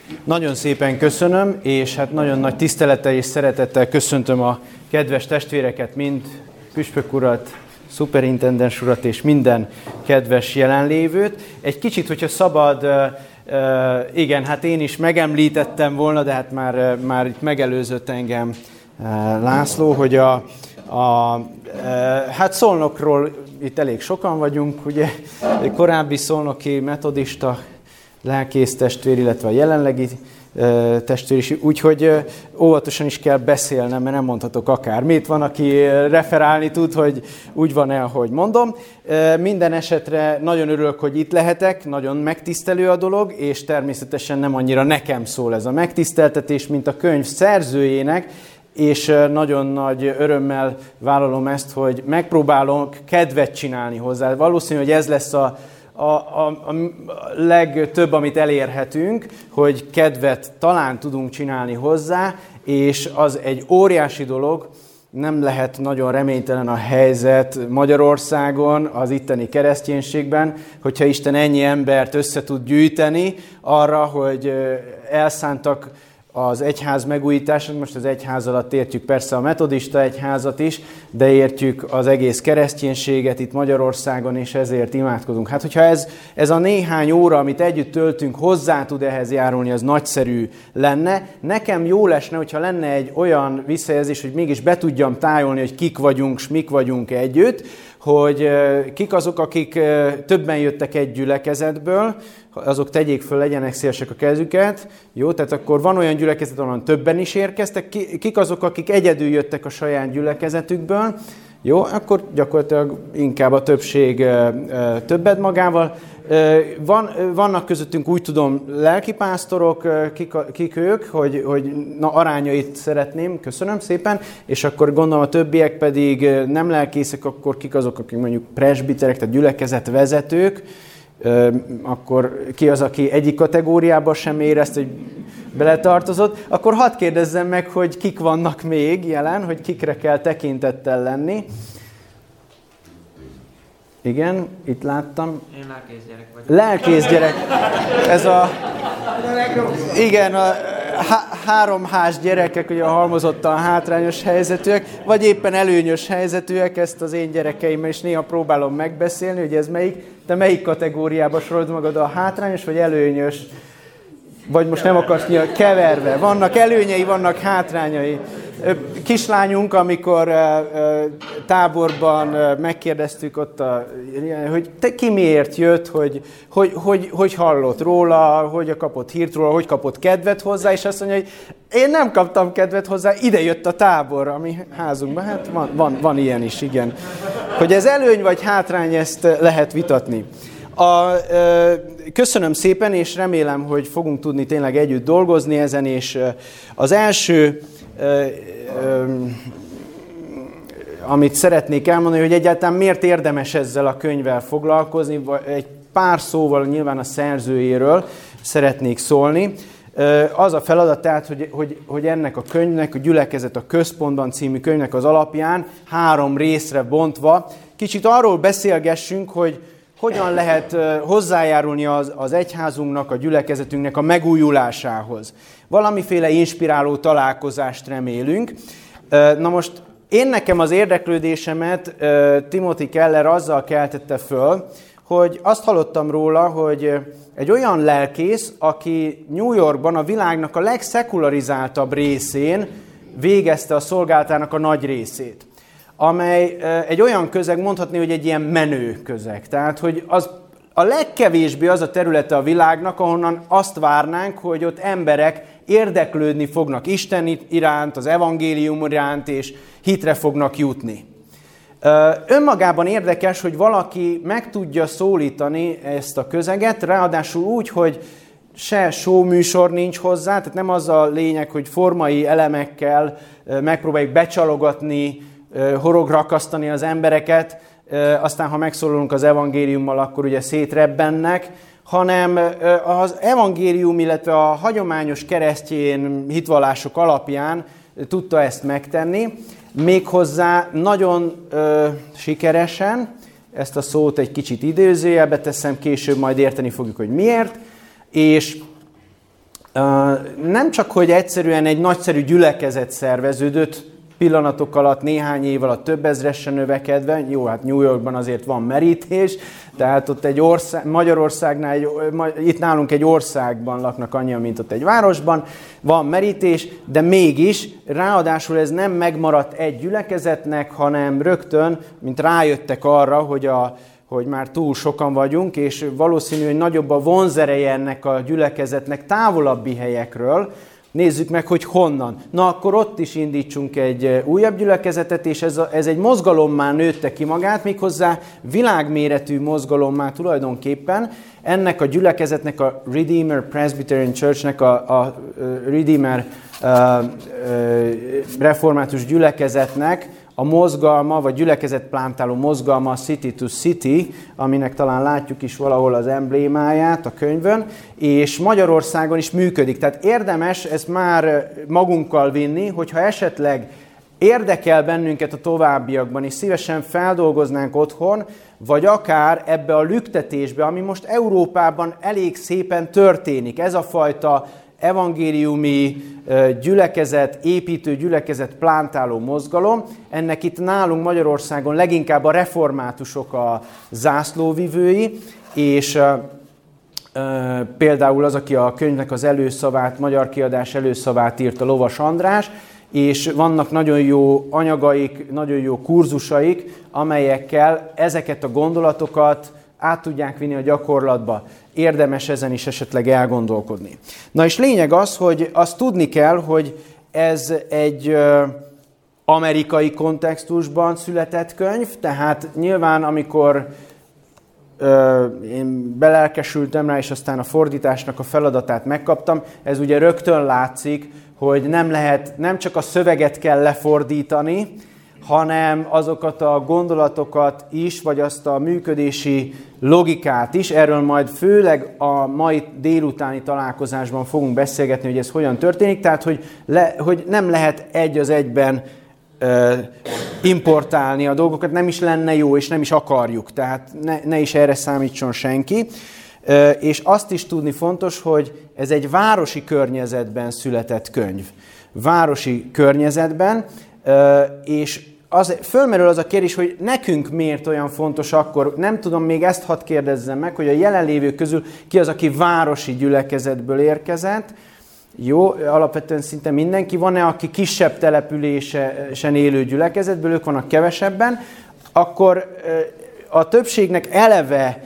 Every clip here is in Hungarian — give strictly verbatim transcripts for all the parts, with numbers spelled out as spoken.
Nagyon szépen köszönöm, és hát nagyon nagy tisztelettel és szeretettel köszöntöm a kedves testvéreket, mind püspök urat, szuperintendens urat és minden kedves jelenlévőt. Egy kicsit, hogyha szabad, igen, hát én is megemlítettem volna, de hát már, már itt megelőzött engem László, hogy a, a hát Szolnokról itt elég sokan vagyunk, ugye, korábbi szolnoki metodista lelkész testvér, illetve a jelenlegi testvér is, úgyhogy óvatosan is kell beszélnem, mert nem mondhatok akármit. Van, aki referálni tud, hogy úgy van-e, ahogy mondom. Minden esetre nagyon örülök, hogy itt lehetek, nagyon megtisztelő a dolog, és természetesen nem annyira nekem szól ez a megtiszteltetés, mint a könyv szerzőjének, és nagyon nagy örömmel vállalom ezt, hogy megpróbálok kedvet csinálni hozzá. Valószínű, hogy ez lesz a A, a, a legtöbb, amit elérhetünk, hogy kedvet talán tudunk csinálni hozzá, és az egy óriási dolog, nem lehet nagyon reménytelen a helyzet Magyarországon, az itteni kereszténységben, hogyha Isten ennyi embert össze tud gyűjteni arra, hogy elszántak az egyház megújítását, most az egyház alatt értjük persze a metodista egyházat is, de értjük az egész kereszténységet itt Magyarországon, és ezért imádkozunk. Hát, hogyha ez, ez a néhány óra, amit együtt töltünk, hozzá tud ehhez járulni, az nagyszerű lenne. Nekem jó lesne, hogyha lenne egy olyan visszajelzés, hogy mégis be tudjam tájolni, hogy kik vagyunk, s mik vagyunk együtt, hogy kik azok, akik többen jöttek egy gyülekezetből, azok tegyék föl, legyenek szélesek a kezüket. Jó, tehát akkor van olyan gyülekezet, ahol többen is érkeztek. Kik azok, akik egyedül jöttek a saját gyülekezetükből? Jó, akkor gyakorlatilag inkább a többség többet magával. Van, vannak közöttünk, úgy tudom, lelkipásztorok, kik, kik ők, hogy, hogy na, arányait szeretném, köszönöm szépen, és akkor gondolom a többiek pedig nem lelkészek, akkor kik azok, akik mondjuk presbiterek, tehát gyülekezetvezetők, akkor ki az, aki egyik kategóriában sem érezt, hogy beletartozott, akkor hadd kérdezzem meg, hogy kik vannak még jelen, hogy kikre kell tekintettel lenni. Igen, itt láttam. Én lelkész gyerek vagyok. Lelkész gyerek. Ez a... Igen, a há- három hás gyerekek, ugye a halmozottan hátrányos helyzetűek, vagy éppen előnyös helyzetűek, ezt az én gyerekeimmel is néha próbálom megbeszélni, hogy ez melyik, te melyik kategóriába sorolod magad, a hátrányos vagy előnyös, vagy most nem akarsz nyilván, keverve. Vannak előnyei, vannak hátrányai. Kislányunk, amikor táborban megkérdeztük ott, a, hogy te ki miért jött, hogy, hogy, hogy, hogy hallott róla, hogy kapott hírt róla, hogy kapott kedvet hozzá, és azt mondja, hogy én nem kaptam kedvet hozzá, ide jött a tábor, a mi házunkban. Hát van, van, van ilyen is, igen. Hogy ez előny vagy hátrány, ezt lehet vitatni. A, ö, köszönöm szépen, és remélem, hogy fogunk tudni tényleg együtt dolgozni ezen, és az első, ö, ö, amit szeretnék elmondani, hogy egyáltalán miért érdemes ezzel a könyvvel foglalkozni, egy pár szóval nyilván a szerzőjéről szeretnék szólni. Az a feladat tehát, hogy, hogy, hogy ennek a könyvnek, a Gyülekezet a központban című könyvnek az alapján három részre bontva kicsit arról beszélgessünk, hogy hogyan lehet hozzájárulni az, az egyházunknak, a gyülekezetünknek a megújulásához. Valamiféle inspiráló találkozást remélünk. Na most én nekem az érdeklődésemet Timothy Keller azzal keltette föl, hogy azt hallottam róla, hogy egy olyan lelkész, aki New Yorkban a világnak a legszekularizáltabb részén végezte a szolgálatának a nagy részét, amely egy olyan közeg, mondhatni, hogy egy ilyen menő közeg. Tehát, hogy az a legkevésbé az a területe a világnak, ahonnan azt várnánk, hogy ott emberek érdeklődni fognak Isten iránt, az evangélium iránt, és hitre fognak jutni. Önmagában érdekes, hogy valaki meg tudja szólítani ezt a közeget, ráadásul úgy, hogy se show műsor nincs hozzá, tehát nem az a lényeg, hogy formai elemekkel megpróbáljuk becsalogatni, horograkasztani az embereket, aztán ha megszólalunk az evangéliummal, akkor ugye szétrebbennek, hanem az evangélium, illetve a hagyományos keresztény hitvallások alapján tudta ezt megtenni, méghozzá nagyon ö, sikeresen, ezt a szót egy kicsit idézőjelbe teszem, később majd érteni fogjuk, hogy miért, és Nem csak, hogy egyszerűen egy nagyszerű gyülekezet szerveződött, pillanatok alatt, néhány év alatt több ezresen növekedve, jó, hát New Yorkban azért van merítés, tehát ott egy ország, Magyarországnál, egy, itt nálunk egy országban laknak annyian, mint ott egy városban, van merítés, de mégis, ráadásul ez nem megmaradt egy gyülekezetnek, hanem rögtön, mint rájöttek arra, hogy, a, hogy már túl sokan vagyunk, és valószínű, hogy nagyobb a vonzereje ennek a gyülekezetnek távolabbi helyekről. Nézzük meg, hogy honnan. Na, akkor ott is indítsunk egy újabb gyülekezetet, és ez, a, ez egy mozgalommá nőtte ki magát, méghozzá világméretű mozgalommá tulajdonképpen. Ennek a gyülekezetnek, a Redeemer Presbyterian Churchnek, a, a Redeemer uh, uh, református gyülekezetnek a mozgalma, vagy gyülekezetplántáló mozgalma a City to City, aminek talán látjuk is valahol az emblémáját a könyvön, és Magyarországon is működik. Tehát érdemes ezt már magunkkal vinni, hogyha esetleg érdekel bennünket a továbbiakban, és szívesen feldolgoznánk otthon, vagy akár ebbe a lüktetésbe, ami most Európában elég szépen történik. Ez a fajta evangéliumi gyülekezet, építő gyülekezet, plántáló mozgalom. Ennek itt nálunk Magyarországon leginkább a reformátusok a zászlóvivői, és uh, uh, például az, aki a könyvnek az előszavát, magyar kiadás előszavát írt, a Lovas András, és vannak nagyon jó anyagaik, nagyon jó kurzusaik, amelyekkel ezeket a gondolatokat át tudják vinni a gyakorlatba. Érdemes ezen is esetleg elgondolkodni. Na és lényeg az, hogy azt tudni kell, hogy ez egy ö, amerikai kontextusban született könyv, tehát nyilván amikor ö, én belelkesültem rá, és aztán a fordításnak a feladatát megkaptam, ez ugye rögtön látszik, hogy nem lehet, nem csak a szöveget kell lefordítani, hanem azokat a gondolatokat is, vagy azt a működési logikát is, erről majd főleg a mai délutáni találkozásban fogunk beszélgetni, hogy ez hogyan történik, tehát hogy, le, hogy nem lehet egy az egyben ö, importálni a dolgokat, nem is lenne jó, és nem is akarjuk, tehát ne, ne is erre számítson senki. Ö, és azt is tudni fontos, hogy ez egy városi környezetben született könyv. Városi környezetben, ö, és az, fölmerül az a kérdés, hogy nekünk miért olyan fontos akkor, nem tudom, még ezt hadd kérdezzem meg, hogy a jelenlévők közül ki az, aki városi gyülekezetből érkezett. Jó, alapvetően szinte mindenki. Van-e, aki kisebb településen élő gyülekezetből, ők vannak kevesebben, akkor a többségnek eleve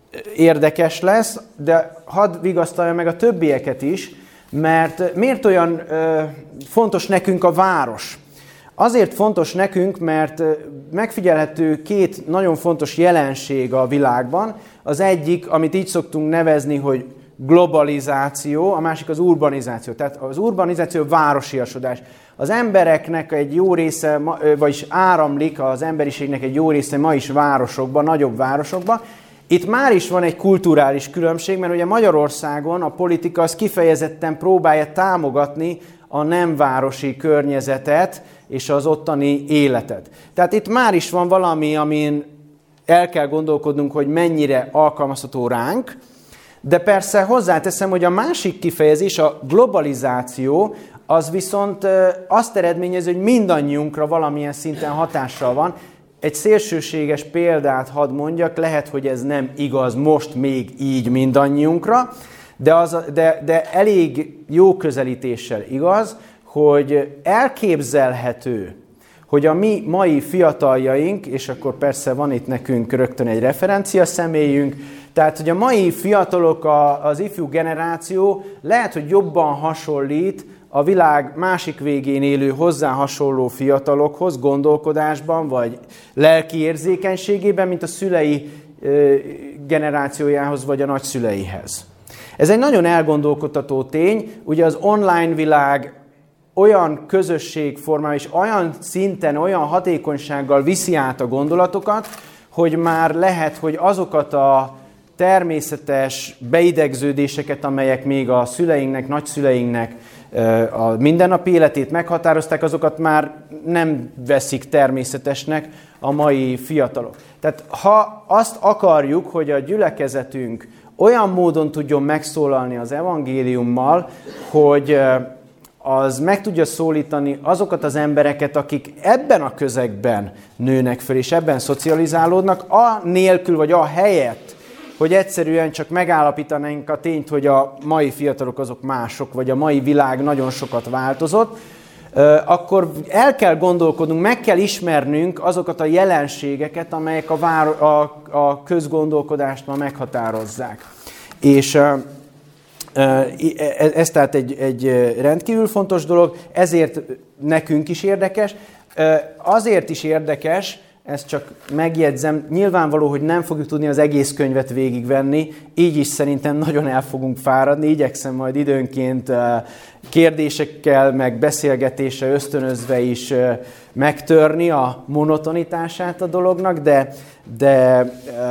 érdekes lesz, de hadd vigasztalja meg a többieket is, mert miért olyan fontos nekünk a város? Azért fontos nekünk, mert megfigyelhető két nagyon fontos jelenség a világban. Az egyik, amit így szoktunk nevezni, hogy globalizáció, a másik az urbanizáció. Tehát az urbanizáció városiasodás. Az embereknek egy jó része, vagyis áramlik az emberiségnek egy jó része ma is városokban, nagyobb városokban. Itt már is van egy kulturális különbség, mert ugye Magyarországon a politika az kifejezetten próbálja támogatni a nem városi környezetet és az ottani életet. Tehát itt már is van valami, amin el kell gondolkodnunk, hogy mennyire alkalmazható ránk, de persze hozzáteszem, hogy a másik kifejezés, a globalizáció, az viszont azt eredményezi, hogy mindannyiunkra valamilyen szinten hatással van. Egy szélsőséges példát hadd mondjak, lehet, hogy ez nem igaz most még így mindannyiunkra, de, az, de, de elég jó közelítéssel igaz, hogy elképzelhető, hogy a mi mai fiataljaink, és akkor persze van itt nekünk rögtön egy referencia személyünk, tehát, hogy a mai fiatalok, az ifjú generáció lehet, hogy jobban hasonlít a világ másik végén élő hozzá hasonló fiatalokhoz, gondolkodásban, vagy lelki érzékenységében, mint a szülei generációjához, vagy a nagyszüleihez. Ez egy nagyon elgondolkodtató tény, ugye az online világ olyan közösségformában és olyan szinten, olyan hatékonysággal viszi át a gondolatokat, hogy már lehet, hogy azokat a természetes beidegződéseket, amelyek még a szüleinknek, nagyszüleinknek a mindennapi életét meghatározták, azokat már nem veszik természetesnek a mai fiatalok. Tehát ha azt akarjuk, hogy a gyülekezetünk olyan módon tudjon megszólalni az evangéliummal, hogy az meg tudja szólítani azokat az embereket, akik ebben a közegben nőnek fel, és ebben szocializálódnak, a nélkül vagy a helyett, hogy egyszerűen csak megállapítanánk a tényt, hogy a mai fiatalok azok mások, vagy a mai világ nagyon sokat változott, akkor el kell gondolkodnunk, meg kell ismernünk azokat a jelenségeket, amelyek a, vár, a, a közgondolkodást ma meghatározzák. És ez tehát egy, egy rendkívül fontos dolog, ezért nekünk is érdekes. Azért is érdekes, ezt csak megjegyzem, nyilvánvaló, hogy nem fogjuk tudni az egész könyvet végigvenni, így is szerintem nagyon el fogunk fáradni, igyekszem majd időnként kérdésekkel, meg beszélgetéssel ösztönözve is megtörni a monotonitását a dolognak, de, de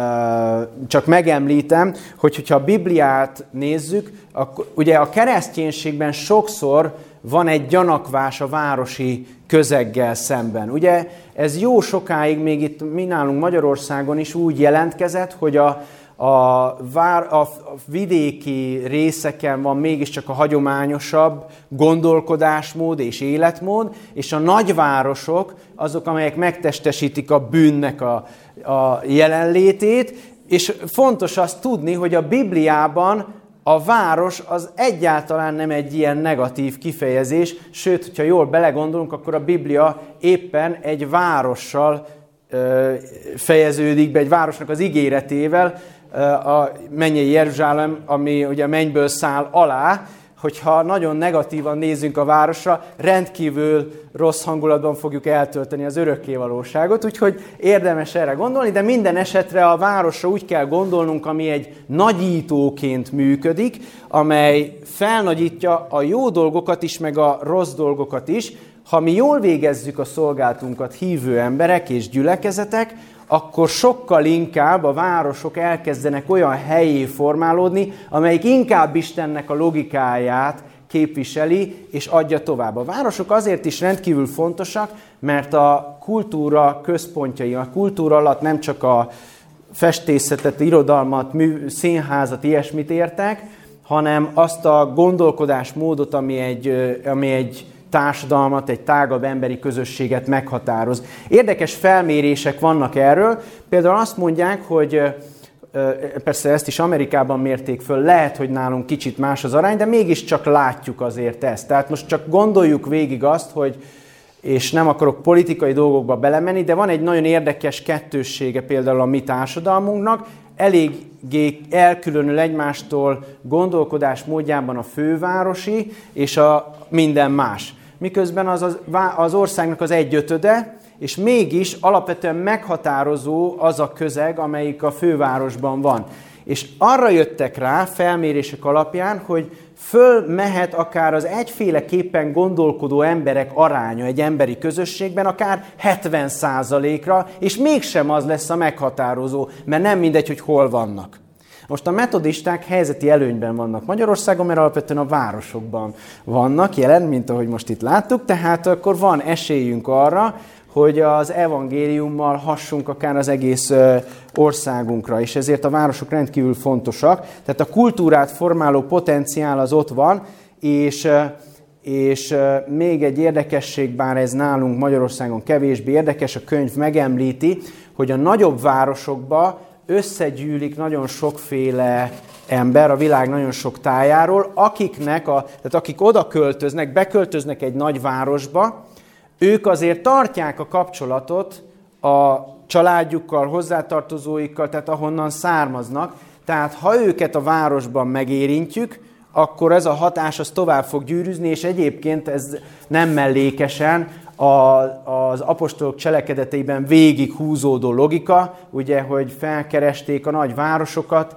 csak megemlítem, hogy hogyha a Bibliát nézzük, akkor ugye a kereszténységben sokszor van egy gyanakvás a városi közeggel szemben. Ugye ez jó sokáig még itt mi nálunk Magyarországon is úgy jelentkezett, hogy a, a, vár, a vidéki részeken van mégiscsak a hagyományosabb gondolkodásmód és életmód, és a nagyvárosok azok, amelyek megtestesítik a bűnnek a, a jelenlétét, és fontos azt tudni, hogy a Bibliában a város az egyáltalán nem egy ilyen negatív kifejezés, sőt, hogyha jól belegondolunk, akkor a Biblia éppen egy várossal ö, fejeződik be, egy városnak az ígéretével, ö, a mennyei Jeruzsálem, ami ugye a mennyből száll alá, hogyha nagyon negatívan nézzünk a városra, rendkívül rossz hangulatban fogjuk eltölteni az örökkévalóságot, úgyhogy érdemes erre gondolni, de minden esetre a városra úgy kell gondolnunk, ami egy nagyítóként működik, amely felnagyítja a jó dolgokat is, meg a rossz dolgokat is. Ha mi jól végezzük a szolgálatunkat, hívő emberek és gyülekezetek, akkor sokkal inkább a városok elkezdenek olyan hellyé formálódni, amelyik inkább Istennek a logikáját képviseli és adja tovább. A városok azért is rendkívül fontosak, mert a kultúra központjai, a kultúra alatt nem csak a festészetet, irodalmat, mű, színházat, ilyesmit értek, hanem azt a gondolkodásmódot, ami egy, ami egy társadalmat, egy tágabb emberi közösséget meghatároz. Érdekes felmérések vannak erről. Például azt mondják, hogy persze ezt is Amerikában mérték föl, lehet, hogy nálunk kicsit más az arány, de mégiscsak látjuk azért ezt. Tehát most csak gondoljuk végig azt, hogy, és nem akarok politikai dolgokba belemenni, de van egy nagyon érdekes kettőssége például a mi társadalmunknak, eléggé elkülönül egymástól gondolkodás módjában a fővárosi és a minden más. Miközben az, az, az országnak az egyötöde, és mégis alapvetően meghatározó az a közeg, amelyik a fővárosban van. És arra jöttek rá felmérések alapján, hogy fölmehet akár az egyféleképpen gondolkodó emberek aránya egy emberi közösségben, akár hetven százalékra, és mégsem az lesz a meghatározó, mert nem mindegy, hogy hol vannak. Most a metodisták helyzeti előnyben vannak Magyarországon, mert alapvetően a városokban vannak jelen, mint ahogy most itt láttuk, tehát akkor van esélyünk arra, hogy az evangéliummal hassunk akár az egész országunkra, és ezért a városok rendkívül fontosak. Tehát a kultúrát formáló potenciál az ott van, és, és még egy érdekesség, bár ez nálunk Magyarországon kevésbé érdekes, a könyv megemlíti, hogy a nagyobb városokba összegyűlik nagyon sokféle ember a világ nagyon sok tájáról, akiknek a, tehát akik oda költöznek, beköltöznek egy nagy városba, ők azért tartják a kapcsolatot a családjukkal, hozzátartozóikkal, tehát ahonnan származnak. Tehát ha őket a városban megérintjük, akkor ez a hatás az tovább fog gyűrűzni, és egyébként ez nem mellékesen a, az apostolok cselekedeteiben végig húzódó logika, ugye, hogy felkeresték a nagy városokat,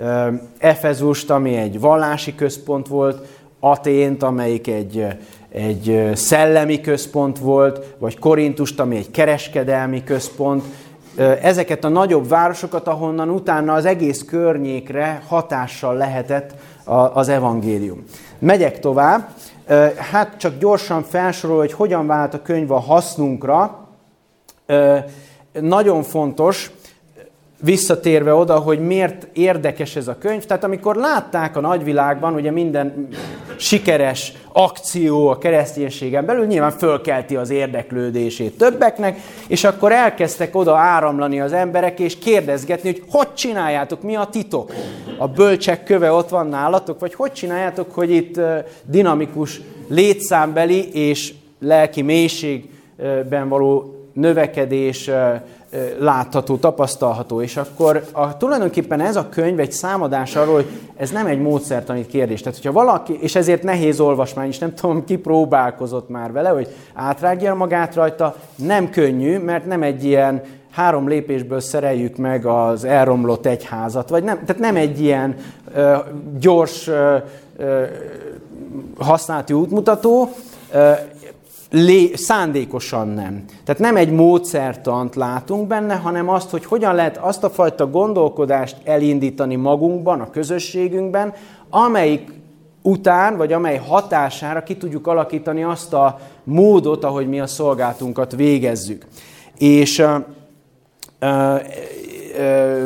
Efezust, ami egy vallási központ volt, Atént, amelyik egy, egy szellemi központ volt, vagy Korintust, ami egy kereskedelmi központ. Ezeket a nagyobb városokat, ahonnan utána az egész környékre hatással lehetett az evangélium. Megyek tovább. Hát csak gyorsan felsorol, hogy hogyan vált a könyv a hasznunkra. Nagyon fontos, visszatérve oda, hogy miért érdekes ez a könyv. Tehát amikor látták a nagyvilágban, ugye minden sikeres akció a kereszténységen belül nyilván fölkelti az érdeklődését többeknek, és akkor elkezdtek oda áramlani az emberek, és kérdezgetni, hogy hogy csináljátok, mi a titok? A bölcsek köve ott van nálatok, vagy hogy csináljátok, hogy itt dinamikus létszámbeli és lelki mélységben való növekedés látható, tapasztalható, és akkor a, tulajdonképpen ez a könyv egy számadás arról, hogy ez nem egy módszertani kérdés. Tehát, hogyha valaki, és ezért nehéz olvasmány is, nem tudom, ki próbálkozott már vele, hogy átrágja magát rajta, nem könnyű, mert nem egy ilyen három lépésből szereljük meg az elromlott egyházat, vagy nem, tehát nem egy ilyen ö, gyors ö, ö, használati útmutató, ö, Lé, szándékosan nem. Tehát nem egy módszertant látunk benne, hanem azt, hogy hogyan lehet azt a fajta gondolkodást elindítani magunkban, a közösségünkben, amelyik után, vagy amely hatására ki tudjuk alakítani azt a módot, ahogy mi a szolgálatunkat végezzük. És ö, ö, ö,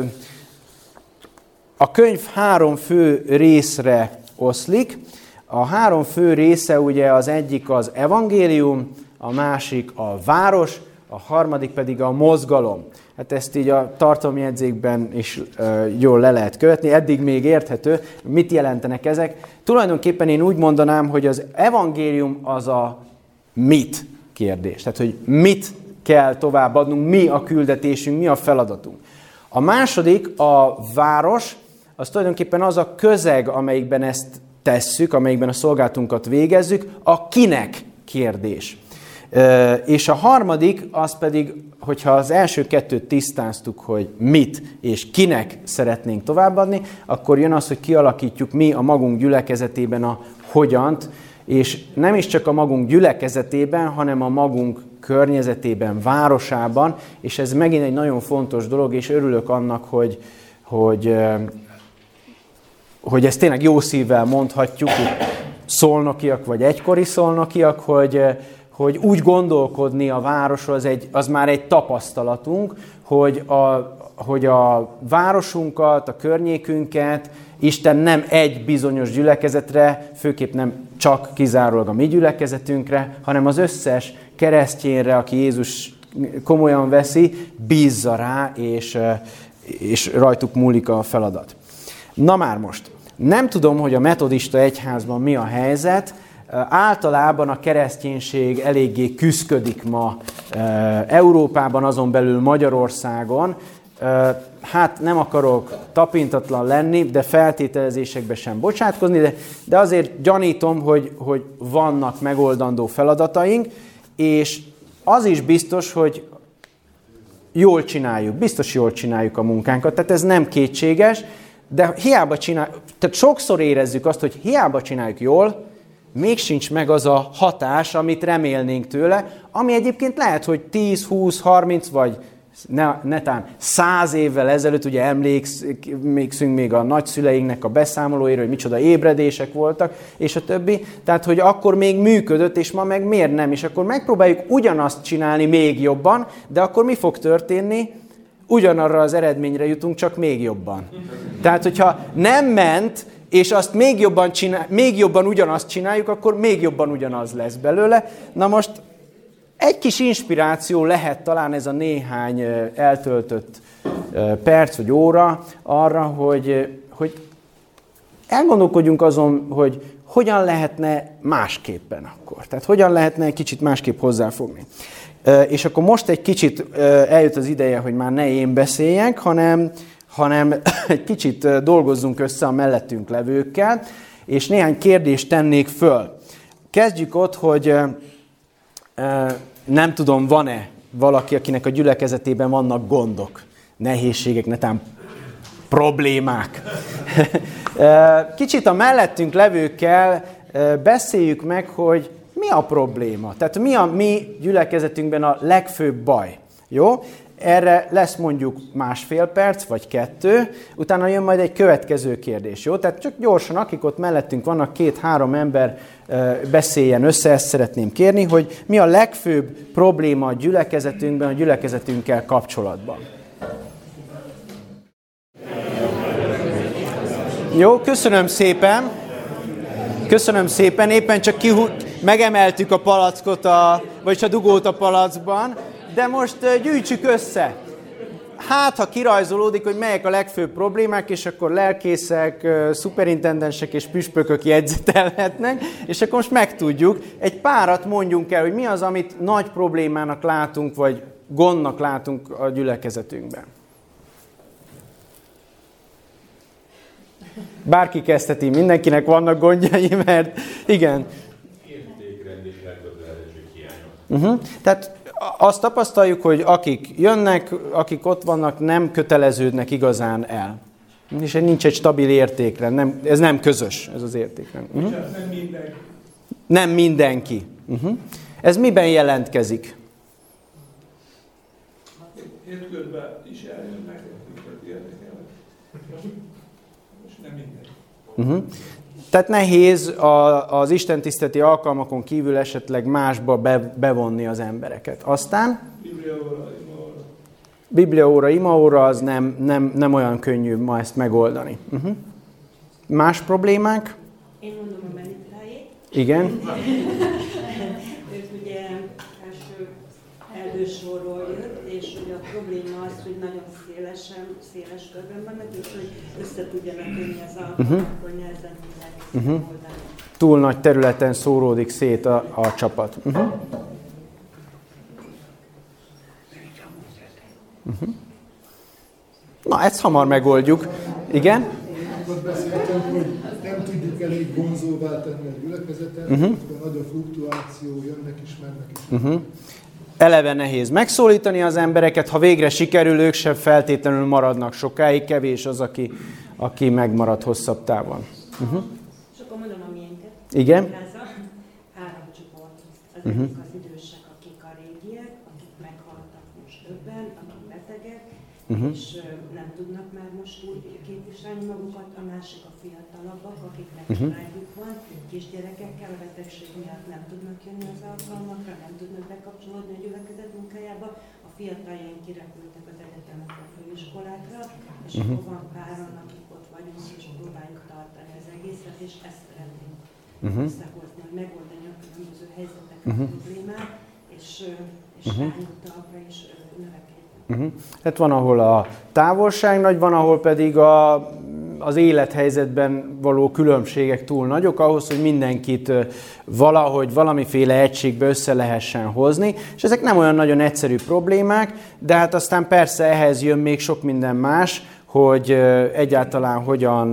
a könyv három fő részre oszlik. A három fő része ugye az egyik az evangélium, a másik a város, a harmadik pedig a mozgalom. Hát ezt így a tartalomjegyzékben is uh, jól le lehet követni, eddig még érthető, mit jelentenek ezek. Tulajdonképpen én úgy mondanám, hogy az evangélium az a mit kérdés. Tehát, hogy mit kell továbbadnunk, mi a küldetésünk, mi a feladatunk. A második, a város, az tulajdonképpen az a közeg, amelyikben ezt tesszük, amelyikben a szolgálatunkat végezzük, a kinek kérdés. E, és a harmadik, az pedig, hogyha az első kettőt tisztáztuk, hogy mit és kinek szeretnénk továbbadni, akkor jön az, hogy kialakítjuk mi a magunk gyülekezetében a hogyant, és nem is csak a magunk gyülekezetében, hanem a magunk környezetében, városában, és ez megint egy nagyon fontos dolog, és örülök annak, hogy, hogy hogy ezt tényleg jó szívvel mondhatjuk, hogy szolnokiak vagy egykori szolnokiak, hogy, hogy úgy gondolkodni a városról, az, egy, az már egy tapasztalatunk, hogy a, hogy a városunkat, a környékünket Isten nem egy bizonyos gyülekezetre, főképp nem csak kizárólag a mi gyülekezetünkre, hanem az összes keresztényre, aki Jézus komolyan veszi, bízza rá, és, és rajtuk múlik a feladat. Na már most, nem tudom, hogy a metodista egyházban mi a helyzet, általában a kereszténység eléggé küszködik ma Európában, azon belül Magyarországon. Hát nem akarok tapintatlan lenni, de feltételezésekbe sem bocsátkozni, de, de azért gyanítom, hogy, hogy vannak megoldandó feladataink, és az is biztos, hogy jól csináljuk, biztos jól csináljuk a munkánkat, tehát ez nem kétséges, de hiába csináljuk, tehát sokszor érezzük azt, hogy hiába csináljuk jól, még sincs meg az a hatás, amit remélnénk tőle, ami egyébként lehet, hogy tíz, húsz, harminc vagy ne, netán száz évvel ezelőtt, ugye emlékszünk még a nagyszüleinknek a beszámolóira, hogy micsoda ébredések voltak, és a többi. Tehát, hogy akkor még működött, és ma meg miért nem? És akkor megpróbáljuk ugyanazt csinálni még jobban, de akkor mi fog történni? Ugyanarra az eredményre jutunk, csak még jobban. Tehát, hogyha nem ment, és azt még jobban, csinál, még jobban ugyanazt csináljuk, akkor még jobban ugyanaz lesz belőle. Na most egy kis inspiráció lehet talán ez a néhány eltöltött perc vagy óra arra, hogy, hogy elgondolkodjunk azon, hogy hogyan lehetne másképpen akkor. Tehát hogyan lehetne egy kicsit másképp hozzáfogni. És akkor most egy kicsit eljött az ideje, hogy már ne én beszéljek, hanem, hanem egy kicsit dolgozzunk össze a mellettünk levőkkel, és néhány kérdést tennék föl. Kezdjük ott, hogy nem tudom, van-e valaki, akinek a gyülekezetében vannak gondok, nehézségek, netán problémák. Kicsit a mellettünk levőkkel beszéljük meg, hogy mi a probléma? Tehát mi a mi gyülekezetünkben a legfőbb baj? Jó? Erre lesz mondjuk másfél perc, vagy kettő, utána jön majd egy következő kérdés. Jó? Tehát csak gyorsan, akik ott mellettünk vannak, két-három ember beszéljen össze, ezt szeretném kérni, hogy mi a legfőbb probléma a gyülekezetünkben, a gyülekezetünkkel kapcsolatban. Jó, köszönöm szépen. Köszönöm szépen. Éppen csak kihú... megemeltük a palackot, a... vagyis a dugót a palackban, de most gyűjtsük össze. Hát, ha kirajzolódik, hogy melyek a legfőbb problémák, és akkor lelkészek, szuperintendensek és püspökök jegyzetelhetnek, és akkor most megtudjuk. Egy párat mondjunk el, hogy mi az, amit nagy problémának látunk, vagy gondnak látunk a gyülekezetünkben. Bárki kezdheti, mindenkinek vannak gondjai, mert igen. Értékrend és elkötelezettség hiánya. Uh-huh. Tehát azt tapasztaljuk, hogy akik jönnek, akik ott vannak, nem köteleződnek igazán el. És nincs egy stabil értékrend, nem, ez nem közös, ez az értékrend. Uh-huh. Nem mindenki. Nem mindenki. Uh-huh. Ez miben jelentkezik? Hétköznapban is eljönnek, akiket érdekel. Most nem mindenki. Uh-huh. Tehát nehéz a, az istentiszteleti alkalmakon kívül esetleg másba be, bevonni az embereket. Aztán Bibliaóra, imaóra. Bibliaóra, imaóra az nem, nem, nem olyan könnyű ma ezt megoldani. Uh-huh. Más problémák? Én mondom a Menitrájét. Igen. Ők ugye első elősorról jött, és ugye a probléma az, hogy nagyon szélesen, széles körben vannak, és hogy össze tudjanak jönni az alkalmak, akkor uh-huh. nehezen tudják uh-huh. oldani. Túl nagy területen szóródik szét a, a csapat. Uh-huh. Uh-huh. Na, ezt hamar megoldjuk. Igen? Akkor beszéltem, hogy nem tudjuk elég vonzóvá tenni a gyülekezetet, uh-huh. nagy a fluktuáció, jönnek is, mennek is. Uh-huh. Eleve nehéz megszólítani az embereket, ha végre sikerül, ők sem feltétlenül maradnak sokáig, kevés az, aki, aki megmarad hosszabb távon. Uh-huh. És akkor mondom a miénket. Igen? Három csoport. Az uh-huh. egyik az idősek, akik a régiek, akik meghaltak most többen, akik betegek, uh-huh. és nem tudnak már most úgy képviselni magukat. A másik a fiatalabbak, akiknek uh-huh. családjuk van, kisgyerekekkel a betegség miatt nem tudnak jönni az alkalmakra, nem tudnak bekapcsolódni a gyülekezet munkájába. A fiataljaink kirepültek az egyetemekre, a főiskolákra, és uh-huh. akkor van páran, akik ott vagyunk, és próbáljuk tartani az egészet, és ezt szeretnénk uh-huh. összehozni, hogy megoldani a különböző helyzetek, uh-huh. a problémát, és, és uh-huh. rányújtalapra is növekedni. Uh-huh. Hát van, ahol a távolság nagy, van, ahol pedig a az élethelyzetben való különbségek túl nagyok ahhoz, hogy mindenkit valahogy, valamiféle egységbe össze lehessen hozni, és ezek nem olyan nagyon egyszerű problémák, de hát aztán persze ehhez jön még sok minden más, hogy egyáltalán hogyan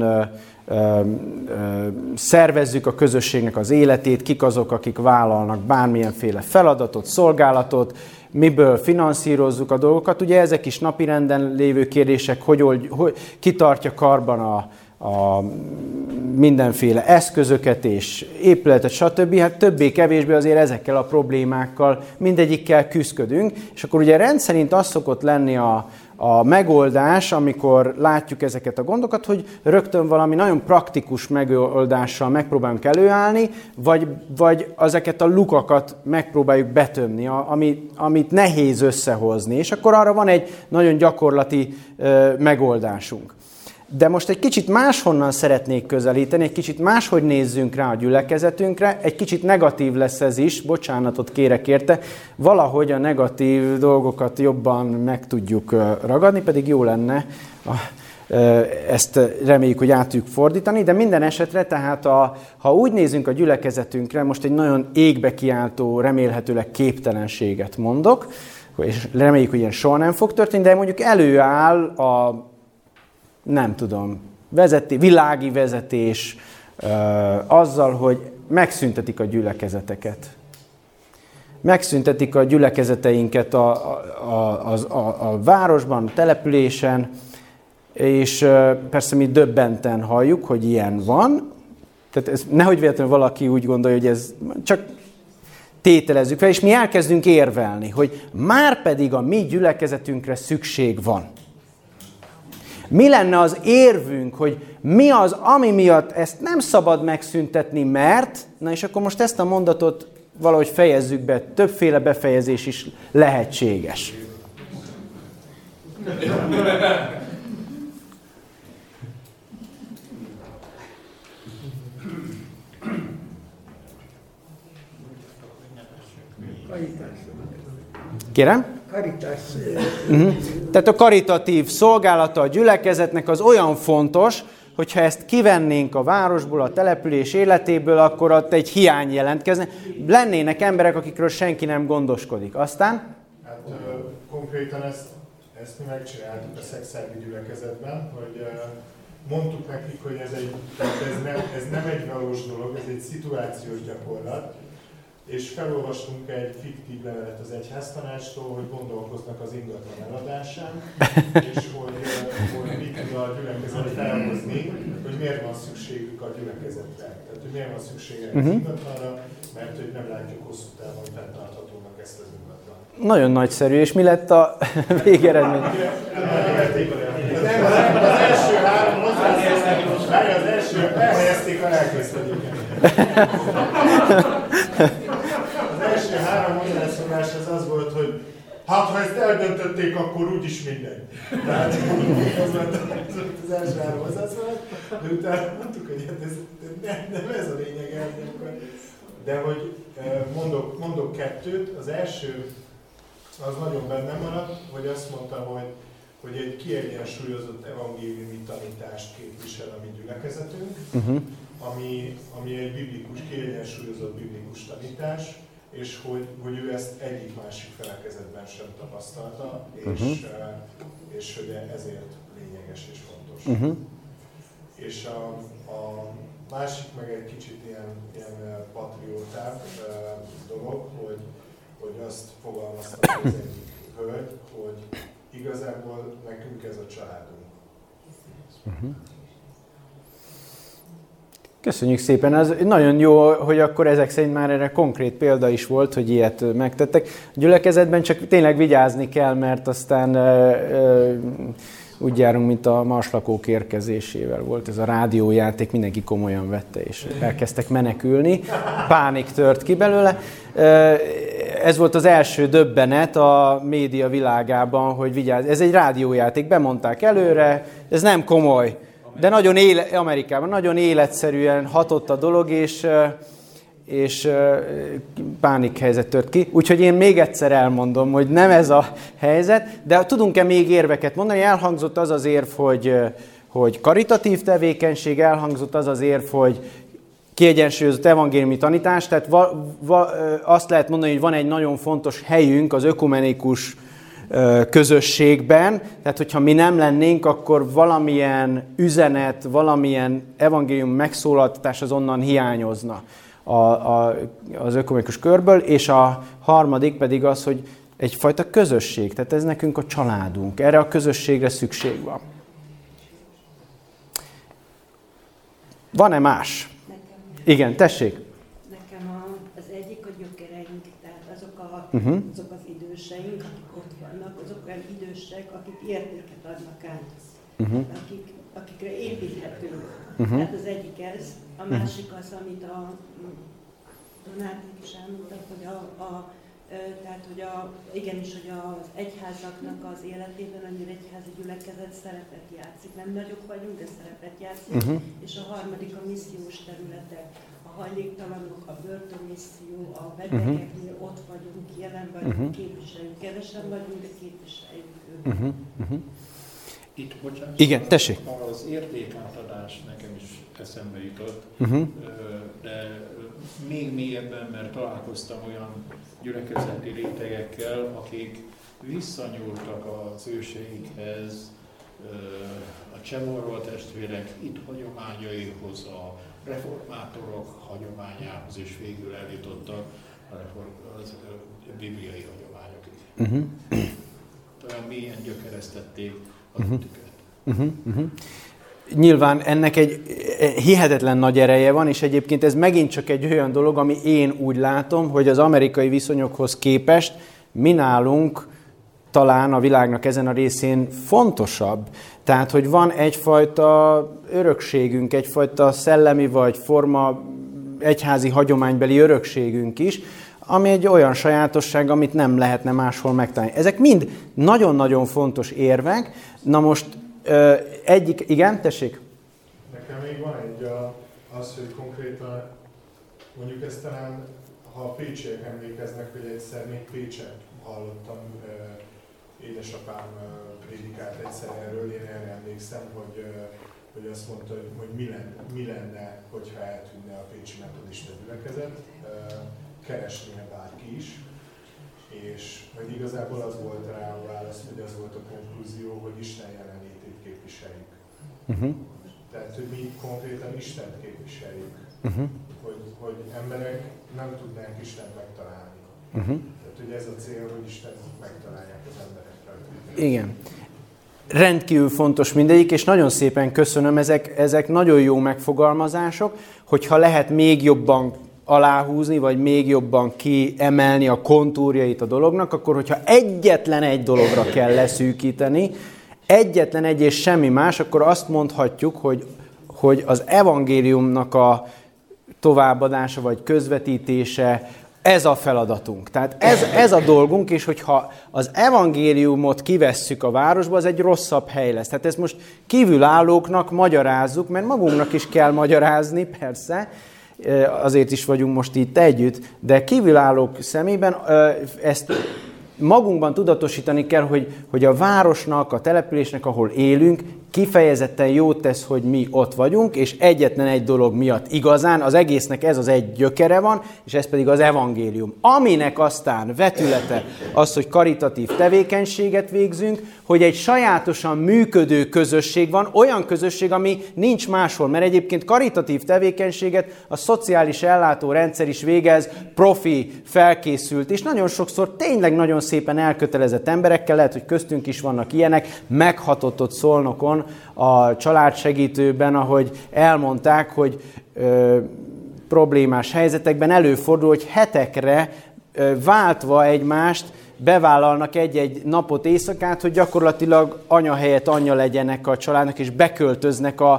szervezzük a közösségnek az életét, kik azok, akik vállalnak bármilyenféle feladatot, szolgálatot, miből finanszírozzuk a dolgokat. Ugye ezek is napirenden lévő kérdések, hogy, old, hogy kitartja karban a, a mindenféle eszközöket és épületet, stb. Hát többé-kevésbé azért ezekkel a problémákkal mindegyikkel küzdködünk, és akkor ugye rendszerint az szokott lenni a, a megoldás, amikor látjuk ezeket a gondokat, hogy rögtön valami nagyon praktikus megoldással megpróbálunk előállni, vagy, vagy ezeket a lukakat megpróbáljuk betömni, ami, amit nehéz összehozni, és akkor arra van egy nagyon gyakorlati ö, megoldásunk. De most egy kicsit máshonnan szeretnék közelíteni, egy kicsit máshogy nézzünk rá a gyülekezetünkre, egy kicsit negatív lesz ez is, bocsánatot kérek érte, valahogy a negatív dolgokat jobban meg tudjuk ragadni, pedig jó lenne, ezt reméljük, hogy át tudjuk fordítani, de minden esetre, tehát a, ha úgy nézünk a gyülekezetünkre, most egy nagyon égbe kiáltó, remélhetőleg képtelenséget mondok, és reméljük, hogy ilyen soha nem fog történni, de mondjuk előáll a nem tudom, vezeti, világi vezetés ö, azzal, hogy megszüntetik a gyülekezeteket. Megszüntetik a gyülekezeteinket a, a, a, a, a városban, a településen, és ö, persze mi döbbenten halljuk, hogy ilyen van. Tehát ez, nehogy véletlenül valaki úgy gondolja, hogy ez csak tételezzük fel, és mi elkezdünk érvelni, hogy már pedig a mi gyülekezetünkre szükség van. Mi lenne az érvünk, hogy mi az, ami miatt ezt nem szabad megszüntetni, mert, na és akkor most ezt a mondatot valahogy fejezzük be, többféle befejezés is lehetséges. Kérem? Karitás. Uh-huh. Tehát a karitatív szolgálata a gyülekezetnek az olyan fontos, hogyha ezt kivennénk a városból, a település életéből, akkor ott egy hiány jelentkezne. Lennének emberek, akikről senki nem gondoskodik. Aztán? Hát ö, konkrétan ezt, ezt mi megcsináltuk a szexádi gyülekezetben, hogy ö, mondtuk nekik, hogy ez, egy, ez, nem, ez nem egy valós dolog, ez egy szituációs gyakorlat, és felolvastunk egy fiktív levelet az egyháztanácstól, hogy gondolkoznak az ingatlan eladásán, és hogy, hogy mit tud a gyülekezet felhozni, hogy miért van szükségük a gyülekezetre. Tehát, hogy miért van szükségük az ingatlanra, mert hogy nem látjuk hosszú távon fenntarthatónak ezt az ingatlan. Nagyon nagyszerű, és mi lett a végeredmény? Az első három hozzászólás, az első elhelyezték a lelkészkedőket. Az első három hozzászólás az az volt, hogy hát ha ezt eldöntötték, akkor úgyis mindegy. Tehát az volt az első három hozzászólás, de utána mondtuk, hogy hát ez, nem, nem ez a lényeg, de hogy mondok, mondok kettőt. Az első az nagyon bennem maradt, hogy azt mondta, hogy hogy egy kiegyensúlyozott evangéliumi tanítást képvisel a mi gyülekezetünk, uh-huh. ami, ami egy biblikus, kiegyensúlyozott biblikus tanítás, és hogy, hogy ő ezt egyik-másik felekezetben sem tapasztalta, és, uh-huh. és hogy ezért lényeges és fontos. Uh-huh. És a, a másik meg egy kicsit ilyen, ilyen patriótább dolog, hogy, hogy azt fogalmazta az egyik hölgy, hogy igazából nekünk ez a családunk. Uh-huh. Köszönjük szépen. Ez nagyon jó, hogy akkor ezek szerint már erre konkrét példa is volt, hogy ilyet megtettek. A gyülekezetben csak tényleg vigyázni kell, mert aztán ö, ö, úgy járunk, mint a marslakók érkezésével volt. Ez a rádiójáték, mindenki komolyan vette, és elkezdtek menekülni. Pánik tört ki belőle. Ez volt az első döbbenet a média világában, hogy vigyázz. Ez egy rádiójáték, bemondták előre, ez nem komoly. De nagyon éle, Amerikában nagyon életszerűen hatott a dolog, és, és pánikhelyzet tört ki. Úgyhogy én még egyszer elmondom, hogy nem ez a helyzet, de tudunk-e még érveket mondani? Elhangzott az az érv, hogy, hogy karitatív tevékenység, elhangzott az az érv, hogy kiegyensúlyozott evangéliumi tanítás, tehát va, va, azt lehet mondani, hogy van egy nagyon fontos helyünk az ökumenikus közösségben, tehát hogyha mi nem lennénk, akkor valamilyen üzenet, valamilyen evangélium megszólaltatás az onnan hiányozna a, a, az ökumenikus körből, és a harmadik pedig az, hogy egyfajta közösség, tehát ez nekünk a családunk, erre a közösségre szükség van. Van-e más? Igen, tessék. Nekem a, az egyik a gyökereink, tehát azok, a, uh-huh. azok az időseink, akik ott vannak, azok olyan idősek, akik értéket adnak át, uh-huh. akik, akikre építhetünk. Uh-huh. Tehát az egyik ez, a másik az, amit a Donátik is elmondtak, hogy a, a tehát, hogy a, igenis, hogy az egyházaknak az életében, amire egyházi gyülekezet szerepet játszik. Nem nagyok vagyunk, de szerepet játszik. Uh-huh. És a harmadik a missziós területek. A hajléktalanok, a börtönmisszió, a betegeknél uh-huh. ott vagyunk, jelen vagyunk, uh-huh. képviseljük. Kevesen vagyunk, de képviseljük őket. Uh-huh. Uh-huh. Itt, bocsánat, igen, tessék. Az értékátadás nekem is eszembe jutott, uh-huh. de még mélyebben, mert találkoztam olyan gyülekezeti rétegekkel, akik visszanyúltak az őseikhez, a Csemorva testvérek itt hagyományaihoz, a reformátorok hagyományához, és végül eljutottak a, reform, az, a bibliai hagyományokig. Uh-huh. Talán mélyen gyökeresztették a uh-huh. hitüket. Uh-huh. Uh-huh. Nyilván ennek egy hihetetlen nagy ereje van, és egyébként ez megint csak egy olyan dolog, ami én úgy látom, hogy az amerikai viszonyokhoz képest mi nálunk talán a világnak ezen a részén fontosabb. Tehát, hogy van egyfajta örökségünk, egyfajta szellemi vagy forma egyházi hagyománybeli örökségünk is, ami egy olyan sajátosság, amit nem lehetne máshol megtalálni. Ezek mind nagyon-nagyon fontos érvek. Na most egyik, igen, tessék? Nekem még van egy az, hogy konkrétan mondjuk ezt talán ha a pécsiek emlékeznek, hogy egyszer még Pécset hallottam, édesapám prédikált egyszer erről, én erre emlékszem, hogy, hogy azt mondta, hogy, hogy mi, lenne, mi lenne, hogyha eltűnne a pécsi metodista gyülekezet, keresnie bárki is, és hogy igazából az volt rá a válasz, hogy az volt a konklúzió, hogy Isten jelenlétét képviseljük. Uh-huh. Tehát, hogy mi konkrétan Istent képviseljük, uh-huh. hogy, hogy emberek nem tudnánk Istent megtalálni. Uh-huh. Tehát, hogy ez a cél, hogy Istent megtalálják az emberekre. Igen. Rendkívül fontos mindegyik, és nagyon szépen köszönöm, ezek, ezek nagyon jó megfogalmazások, hogyha lehet még jobban aláhúzni, vagy még jobban kiemelni a kontúrjait a dolognak, akkor hogyha egyetlen egy dologra kell leszűkíteni, egyetlen egy és semmi más, akkor azt mondhatjuk, hogy, hogy az evangéliumnak a továbbadása, vagy közvetítése, ez a feladatunk. Tehát ez, ez a dolgunk, és hogyha az evangéliumot kivesszük a városba, az egy rosszabb hely lesz. Tehát ezt most kívülállóknak magyarázzuk, mert magunknak is kell magyarázni, persze, azért is vagyunk most itt együtt, de kívülállók szemében ezt magunkban tudatosítani kell, hogy, hogy a városnak, a településnek, ahol élünk, kifejezetten jót tesz, hogy mi ott vagyunk, és egyetlen egy dolog miatt igazán, az egésznek ez az egy gyökere van, és ez pedig az evangélium. Aminek aztán vetülete az, hogy karitatív tevékenységet végzünk, hogy egy sajátosan működő közösség van, olyan közösség, ami nincs máshol, mert egyébként karitatív tevékenységet a szociális ellátórendszer is végez, profi, felkészült, és nagyon sokszor tényleg nagyon szépen elkötelezett emberekkel, lehet, hogy köztünk is vannak ilyenek, meghatott ott Szolnokon, a családsegítőben, ahogy elmondták, hogy ö, problémás helyzetekben előfordul, hogy hetekre ö, váltva egymást bevállalnak egy-egy napot, éjszakát, hogy gyakorlatilag anya helyett anyja legyenek a családnak, és beköltöznek a,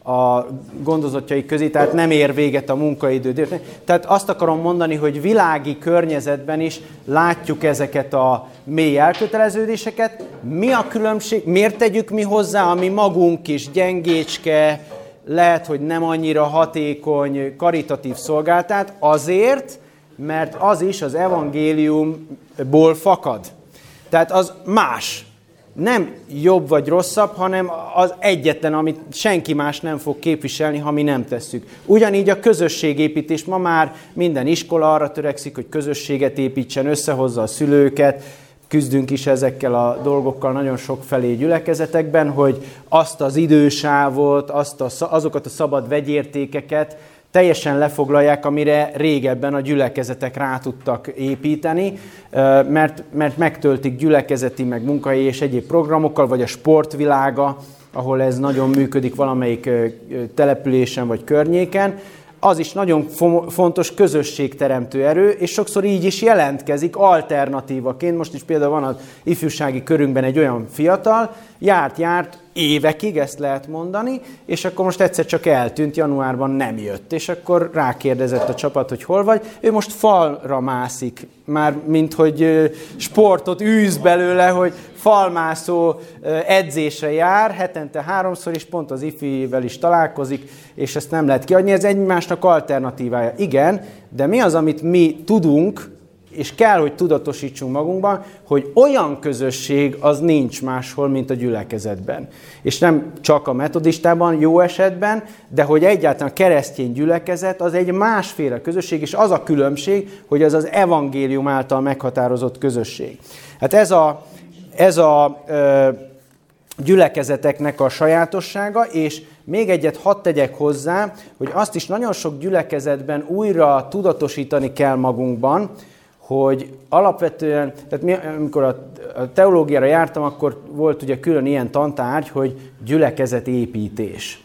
a gondozottjaik közé, tehát nem ér véget a munkaidő. Tehát azt akarom mondani, hogy világi környezetben is látjuk ezeket a mély elköteleződéseket. Mi a különbség? Miért tegyük mi hozzá, ami magunk is gyengécske, lehet, hogy nem annyira hatékony, karitatív szolgáltát? Azért, mert az is az evangéliumból fakad. Tehát az más. Nem jobb vagy rosszabb, hanem az egyetlen, amit senki más nem fog képviselni, ha mi nem tesszük. Ugyanígy a közösségépítés. Ma már minden iskola arra törekszik, hogy közösséget építsen, összehozza a szülőket. Küzdünk is ezekkel a dolgokkal nagyon sok felé gyülekezetekben, hogy azt az idősávot, azt a, azokat a szabad vegyértékeket teljesen lefoglalják, amire régebben a gyülekezetek rá tudtak építeni, mert, mert megtöltik gyülekezeti, meg munkahelyi és egyéb programokkal, vagy a sportvilága, ahol ez nagyon működik valamelyik településen vagy környéken. Az is nagyon fontos közösségteremtő erő, és sokszor így is jelentkezik alternatívaként. Most is például van az ifjúsági körünkben egy olyan fiatal, járt-járt évekig, ezt lehet mondani, és akkor most egyszer csak eltűnt, januárban nem jött, és akkor rákérdezett a csapat, hogy hol vagy. Ő most falra mászik, már mint hogy sportot űz belőle, hogy falmászó edzésre jár, hetente háromszor is, pont az ifivel is találkozik, és ezt nem lehet kiadni, ez egymásnak alternatívája. Igen, de mi az, amit mi tudunk, és kell, hogy tudatosítsunk magunkban, hogy olyan közösség az nincs máshol, mint a gyülekezetben. És nem csak a metodistában, jó esetben, de hogy egyáltalán a keresztény gyülekezet az egy másféle közösség, és az a különbség, hogy az az evangélium által meghatározott közösség. Hát ez a, ez a ö, gyülekezeteknek a sajátossága, és még egyet hadd tegyek hozzá, hogy azt is nagyon sok gyülekezetben újra tudatosítani kell magunkban, hogy alapvetően, tehát mi, amikor a, a teológiára jártam, akkor volt ugye külön ilyen tantárgy, hogy gyülekezetépítés.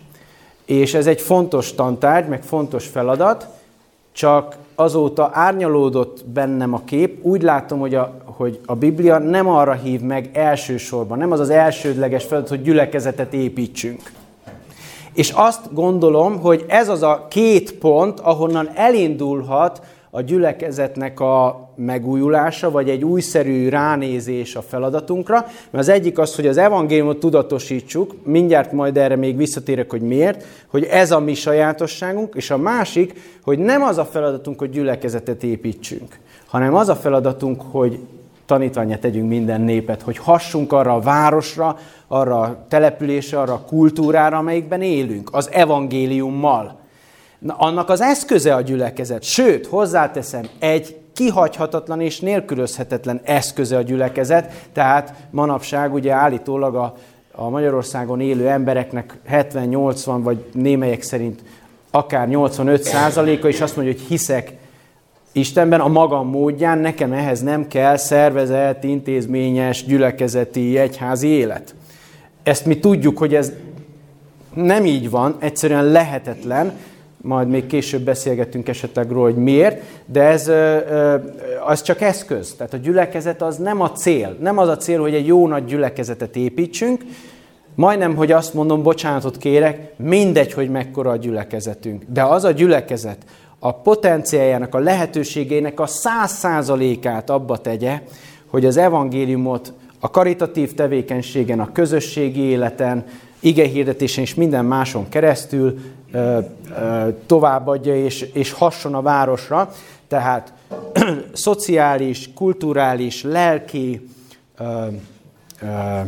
És ez egy fontos tantárgy, meg fontos feladat, csak azóta árnyalódott bennem a kép. Úgy látom, hogy a, hogy a Biblia nem arra hív meg elsősorban, nem az az elsődleges feladat, hogy gyülekezetet építsünk. És azt gondolom, hogy ez az a két pont, ahonnan elindulhat a gyülekezetnek a megújulása, vagy egy újszerű ránézés a feladatunkra. Mert az egyik az, hogy az evangéliumot tudatosítsuk, mindjárt majd erre még visszatérek, hogy miért, hogy ez a mi sajátosságunk, és a másik, hogy nem az a feladatunk, hogy gyülekezetet építsünk, hanem az a feladatunk, hogy tanítvánnyá tegyünk minden népet, hogy hassunk arra a városra, arra a településre, arra a kultúrára, amelyikben élünk, az evangéliummal. Na, annak az eszköze a gyülekezet. Sőt, hozzáteszem, egy kihagyhatatlan és nélkülözhetetlen eszköze a gyülekezet, tehát manapság ugye állítólag a, a Magyarországon élő embereknek hetven-nyolcvan, vagy némelyek szerint akár nyolcvanöt százaléka is azt mondja, hogy hiszek Istenben a magam módján, nekem ehhez nem kell szervezett, intézményes, gyülekezeti, egyházi élet. Ezt mi tudjuk, hogy ez nem így van, egyszerűen lehetetlen, majd még később beszélgetünk esetleg róla, hogy miért, de ez az csak eszköz. Tehát a gyülekezet az nem a cél. Nem az a cél, hogy egy jó nagy gyülekezetet építsünk, majdnem, hogy azt mondom, bocsánatot kérek, mindegy, hogy mekkora a gyülekezetünk. De az a gyülekezet a potenciáljának, a lehetőségének a száz százalékát abba tegye, hogy az evangéliumot a karitatív tevékenységen, a közösségi életen, igehirdetésen és minden máson keresztül ö, ö, továbbadja és, és hasson a városra. Tehát szociális, kulturális, lelki, ö, ö,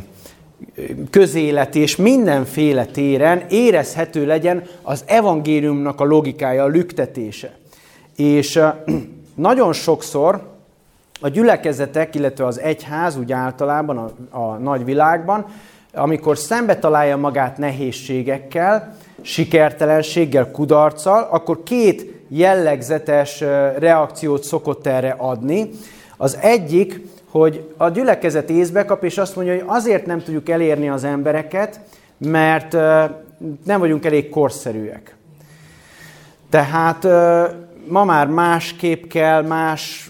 közéleti és mindenféle téren érezhető legyen az evangéliumnak a logikája, a lüktetése. És nagyon sokszor a gyülekezetek, illetve az egyház úgy általában a, a nagy világban, amikor szembe találja magát nehézségekkel, sikertelenséggel, kudarccal, akkor két jellegzetes reakciót szokott erre adni. Az egyik, hogy a gyülekezet észbe kap, és azt mondja, hogy azért nem tudjuk elérni az embereket, mert nem vagyunk elég korszerűek. Tehát ma már másképp kell, más,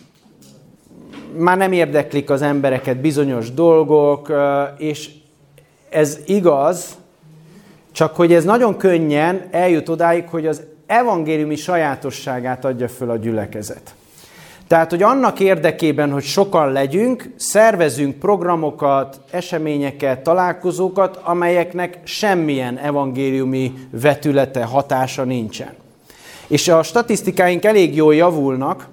már nem érdeklik az embereket bizonyos dolgok, és ez igaz, csak hogy ez nagyon könnyen eljut odáig, hogy az evangéliumi sajátosságát adja föl a gyülekezet. Tehát, hogy annak érdekében, hogy sokan legyünk, szervezünk programokat, eseményeket, találkozókat, amelyeknek semmilyen evangéliumi vetülete, hatása nincsen. És a statisztikáink elég jól javulnak,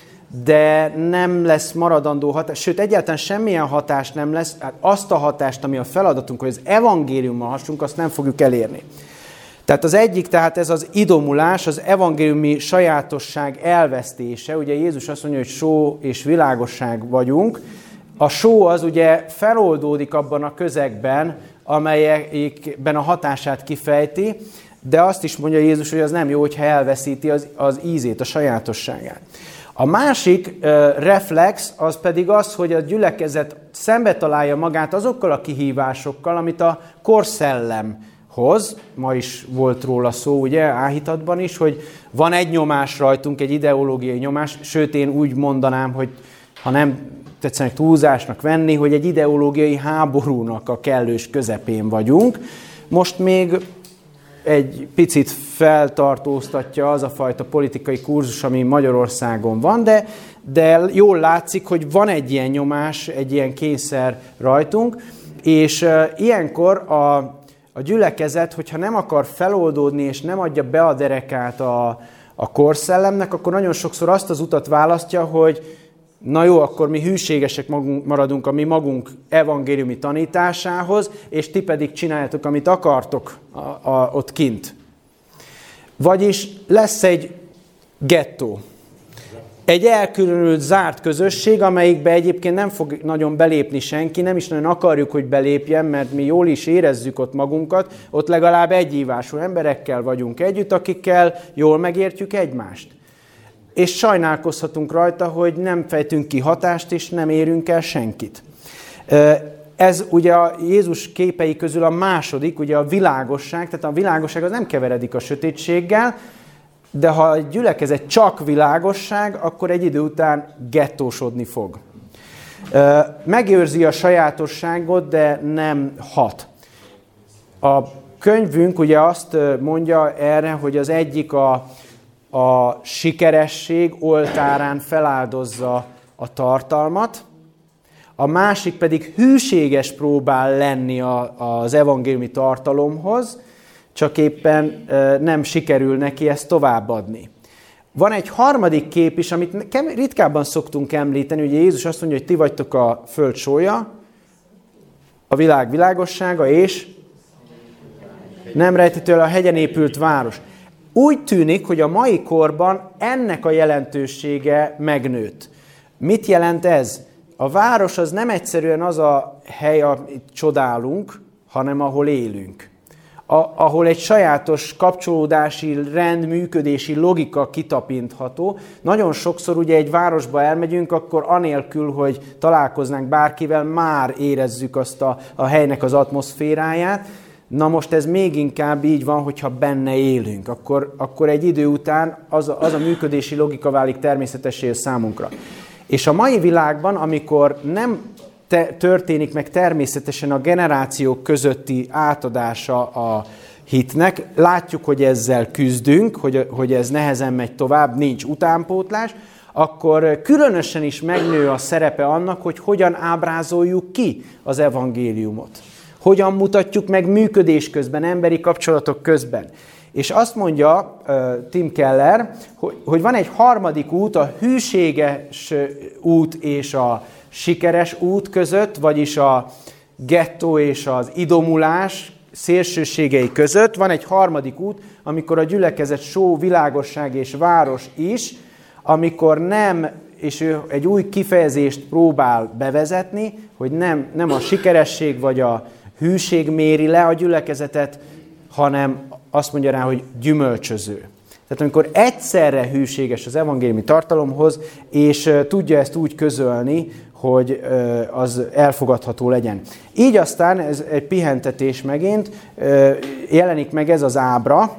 de nem lesz maradandó hatás, sőt, egyáltalán semmilyen hatás nem lesz, hát azt a hatást, ami a feladatunk, hogy az evangéliummal hassunk, azt nem fogjuk elérni. Tehát az egyik, tehát ez az idomulás, az evangéliumi sajátosság elvesztése. Ugye Jézus azt mondja, hogy só és világosság vagyunk. A só az ugye feloldódik abban a közegben, amelyekben a hatását kifejti, de azt is mondja Jézus, hogy az nem jó, hogyha elveszíti az, az ízét, a sajátosságát. A másik uh, reflex az pedig az, hogy a gyülekezet szembe találja magát azokkal a kihívásokkal, amit a korszellem hoz. Ma is volt róla szó, ugye, Áhítatban is, hogy van egy nyomás rajtunk, egy ideológiai nyomás, sőt én úgy mondanám, hogy ha nem tetszenek túlzásnak venni, hogy egy ideológiai háborúnak a kellős közepén vagyunk. Most még egy picit feltartóztatja az a fajta politikai kurzus, ami Magyarországon van, de, de jól látszik, hogy van egy ilyen nyomás, egy ilyen kényszer rajtunk, és uh, ilyenkor a, a gyülekezet, hogyha nem akar feloldódni, és nem adja be a derekát a, a korszellemnek, akkor nagyon sokszor azt az utat választja, hogy na jó, akkor mi hűségesek magunk, maradunk a mi magunk evangéliumi tanításához, és ti pedig csináljátok, amit akartok a, a, ott kint. Vagyis lesz egy gettó. Egy elkülönült, zárt közösség, amelyikbe egyébként nem fog nagyon belépni senki, nem is nagyon akarjuk, hogy belépjen, mert mi jól is érezzük ott magunkat, ott legalább egyívású emberekkel vagyunk együtt, akikkel jól megértjük egymást. És sajnálkozhatunk rajta, hogy nem fejtünk ki hatást, és nem érünk el senkit. Ez ugye a Jézus képei közül a második, ugye a világosság, tehát a világosság az nem keveredik a sötétséggel, de ha a gyülekezet csak világosság, akkor egy idő után gettósodni fog. Megőrzi a sajátosságot, de nem hat. A könyvünk ugye azt mondja erre, hogy az egyik a a sikeresség oltárán feláldozza a tartalmat, a másik pedig hűséges próbál lenni a, az evangéliumi tartalomhoz, csak éppen nem sikerül neki ezt továbbadni. Van egy harmadik kép is, amit ritkábban szoktunk említeni, ugye Jézus azt mondja, hogy ti vagytok a föld sója, a világ világossága, és nem rejthető el a hegyen épült város. Úgy tűnik, hogy a mai korban ennek a jelentősége megnőtt. Mit jelent ez? A város az nem egyszerűen az a hely, amit csodálunk, hanem ahol élünk. A, ahol egy sajátos kapcsolódási rend, működési logika kitapintható. Nagyon sokszor ugye egy városba elmegyünk, akkor anélkül, hogy találkoznánk bárkivel, már érezzük azt a, a helynek az atmoszféráját. Na most ez még inkább így van, hogyha benne élünk. Akkor, akkor egy idő után az a, az a működési logika válik természetessé számunkra. És a mai világban, amikor nem te, történik meg természetesen a generációk közötti átadása a hitnek, látjuk, hogy ezzel küzdünk, hogy, hogy ez nehezen megy tovább, nincs utánpótlás, akkor különösen is megnő a szerepe annak, hogy hogyan ábrázoljuk ki az evangéliumot. Hogyan mutatjuk meg működés közben, emberi kapcsolatok közben. És azt mondja uh, Tim Keller, hogy, hogy van egy harmadik út, a hűséges út és a sikeres út között, vagyis a gettó és az idomulás szélsőségei között. Van egy harmadik út, amikor a gyülekezet só, világosság és város is, amikor nem, és ő egy új kifejezést próbál bevezetni, hogy nem, nem a sikeresség vagy a hűség méri le a gyülekezetet, hanem azt mondja rá, hogy gyümölcsöző. Tehát amikor egyszerre hűséges az evangéliumi tartalomhoz, és tudja ezt úgy közölni, hogy az elfogadható legyen. Így aztán, ez egy pihentetés megint, jelenik meg ez az ábra,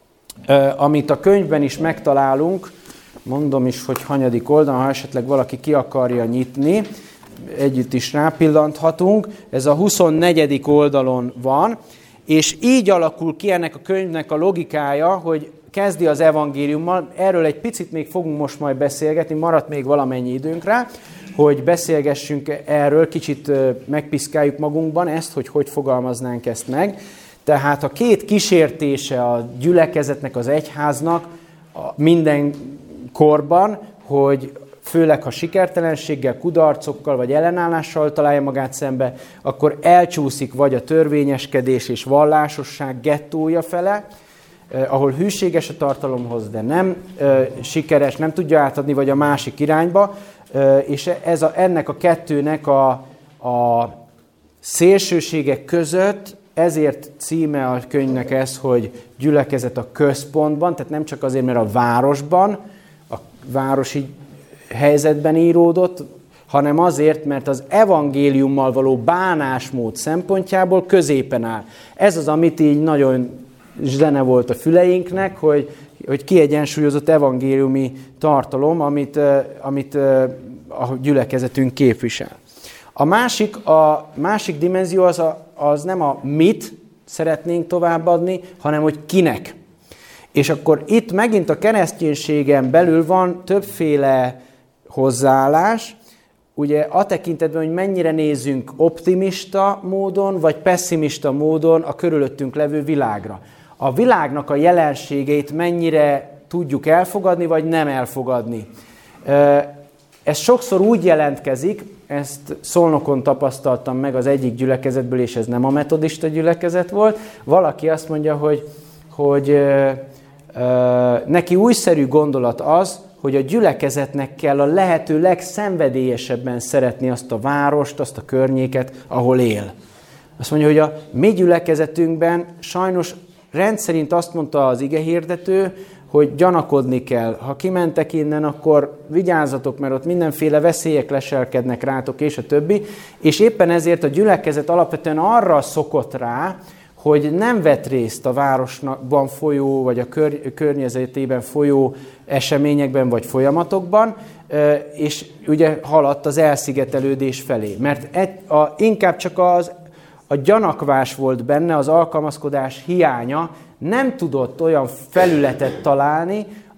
amit a könyvben is megtalálunk, mondom is, hogy hanyadik oldalon, ha esetleg valaki ki akarja nyitni, együtt is rápillanthatunk, ez a huszonnegyedik oldalon van, és így alakul ki ennek a könyvnek a logikája, hogy kezdi az evangéliummal, erről egy picit még fogunk most majd beszélgetni, maradt még valamennyi időnk rá, hogy beszélgessünk erről, kicsit megpiszkáljuk magunkban ezt, hogy hogy fogalmaznánk ezt meg. Tehát a két kísértése a gyülekezetnek, az egyháznak minden korban, hogy főleg ha sikertelenséggel, kudarcokkal vagy ellenállással találja magát szembe, akkor elcsúszik vagy a törvényeskedés és vallásosság gettója fele, eh, ahol hűséges a tartalomhoz, de nem eh, sikeres, nem tudja átadni, vagy a másik irányba, eh, és ez a, ennek a kettőnek a, a szélsőségek között, ezért címe a könyvnek ez, hogy gyülekezet a központban, tehát nem csak azért, mert a városban, a városi helyzetben íródott, hanem azért, mert az evangéliummal való bánásmód szempontjából középen áll. Ez az, amit így nagyon zene volt a füleinknek, hogy, hogy kiegyensúlyozott evangéliumi tartalom, amit, amit a gyülekezetünk képvisel. A másik, a másik dimenzió az, a, az nem a mit szeretnénk továbbadni, hanem hogy kinek. És akkor itt megint a kereszténységen belül van többféle hozzáállás, ugye a tekintetben, hogy mennyire nézzünk optimista módon, vagy pesszimista módon a körülöttünk levő világra. A világnak a jelenségeit mennyire tudjuk elfogadni, vagy nem elfogadni. Ez sokszor úgy jelentkezik, ezt Szolnokon tapasztaltam meg az egyik gyülekezetből, és ez nem a metodista gyülekezet volt. Valaki azt mondja, hogy, hogy ö, ö, neki újszerű gondolat az, hogy a gyülekezetnek kell a lehető legszenvedélyesebben szeretni azt a várost, azt a környéket, ahol él. Azt mondja, hogy a mi gyülekezetünkben sajnos rendszerint azt mondta az igehirdető, hogy gyanakodni kell. Ha kimentek innen, akkor vigyázzatok, mert ott mindenféle veszélyek leselkednek rátok, és a többi. És éppen ezért a gyülekezet alapvetően arra szokott rá, hogy nem vett részt a városban folyó, vagy a kör, környezetében folyó eseményekben, vagy folyamatokban, és ugye haladt az elszigetelődés felé. Mert egy, a, inkább csak az, a gyanakvás volt benne, az alkalmazkodás hiánya, nem tudott olyan felületet találni,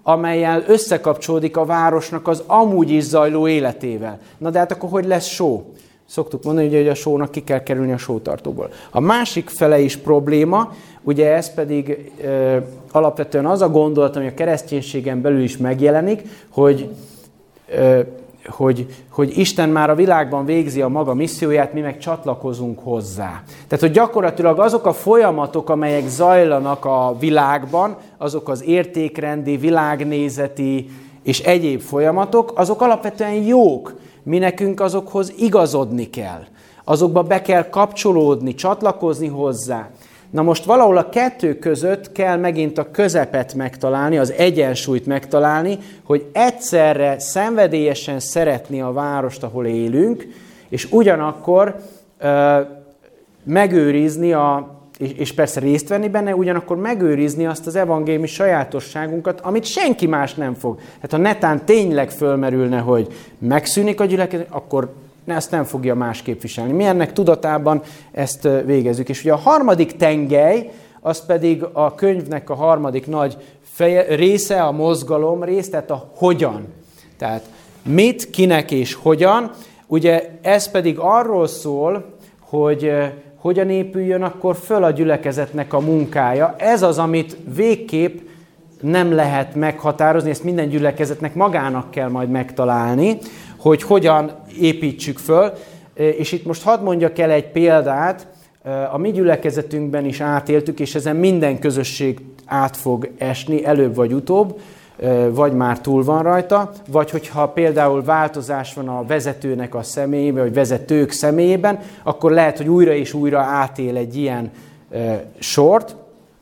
amellyel összekapcsolódik a városnak az amúgy is zajló életével. Na de hát akkor hogy lesz show? Szoktuk mondani, hogy a show-nak ki kell kerülni a showtartóból. A másik fele is probléma, ugye ez pedig ö, alapvetően az a gondolat, ami a kereszténységen belül is megjelenik, hogy, ö, hogy, hogy Isten már a világban végzi a maga misszióját, mi meg csatlakozunk hozzá. Tehát, hogy gyakorlatilag azok a folyamatok, amelyek zajlanak a világban, azok az értékrendi, világnézeti és egyéb folyamatok, azok alapvetően jók. Mi nekünk azokhoz igazodni kell. Azokba be kell kapcsolódni, csatlakozni hozzá. Na most valahol a kettő között kell megint a közepet megtalálni, az egyensúlyt megtalálni, hogy egyszerre szenvedélyesen szeretni a várost, ahol élünk, és ugyanakkor ö, megőrizni, a, és, és persze részt venni benne, ugyanakkor megőrizni azt az evangéliumi sajátosságunkat, amit senki más nem fog. Hát ha netán tényleg fölmerülne, hogy megszűnik a gyülekezet, akkor ezt nem fogja más képviselni. Mi ennek tudatában ezt végezzük. És ugye a harmadik tengely, az pedig a könyvnek a harmadik nagy feje, része, a mozgalom rész, tehát a hogyan. Tehát mit, kinek és hogyan. Ugye ez pedig arról szól, hogy hogyan épüljön akkor föl a gyülekezetnek a munkája. Ez az, amit végképp nem lehet meghatározni, ezt minden gyülekezetnek magának kell majd megtalálni, hogy hogyan építsük föl. És itt most hadd mondjak el egy példát, a mi gyülekezetünkben is átéltük, és ezen minden közösség át fog esni, előbb vagy utóbb, vagy már túl van rajta, vagy hogyha például változás van a vezetőnek a személyében, vagy vezetők személyében, akkor lehet, hogy újra és újra átél egy ilyen sort,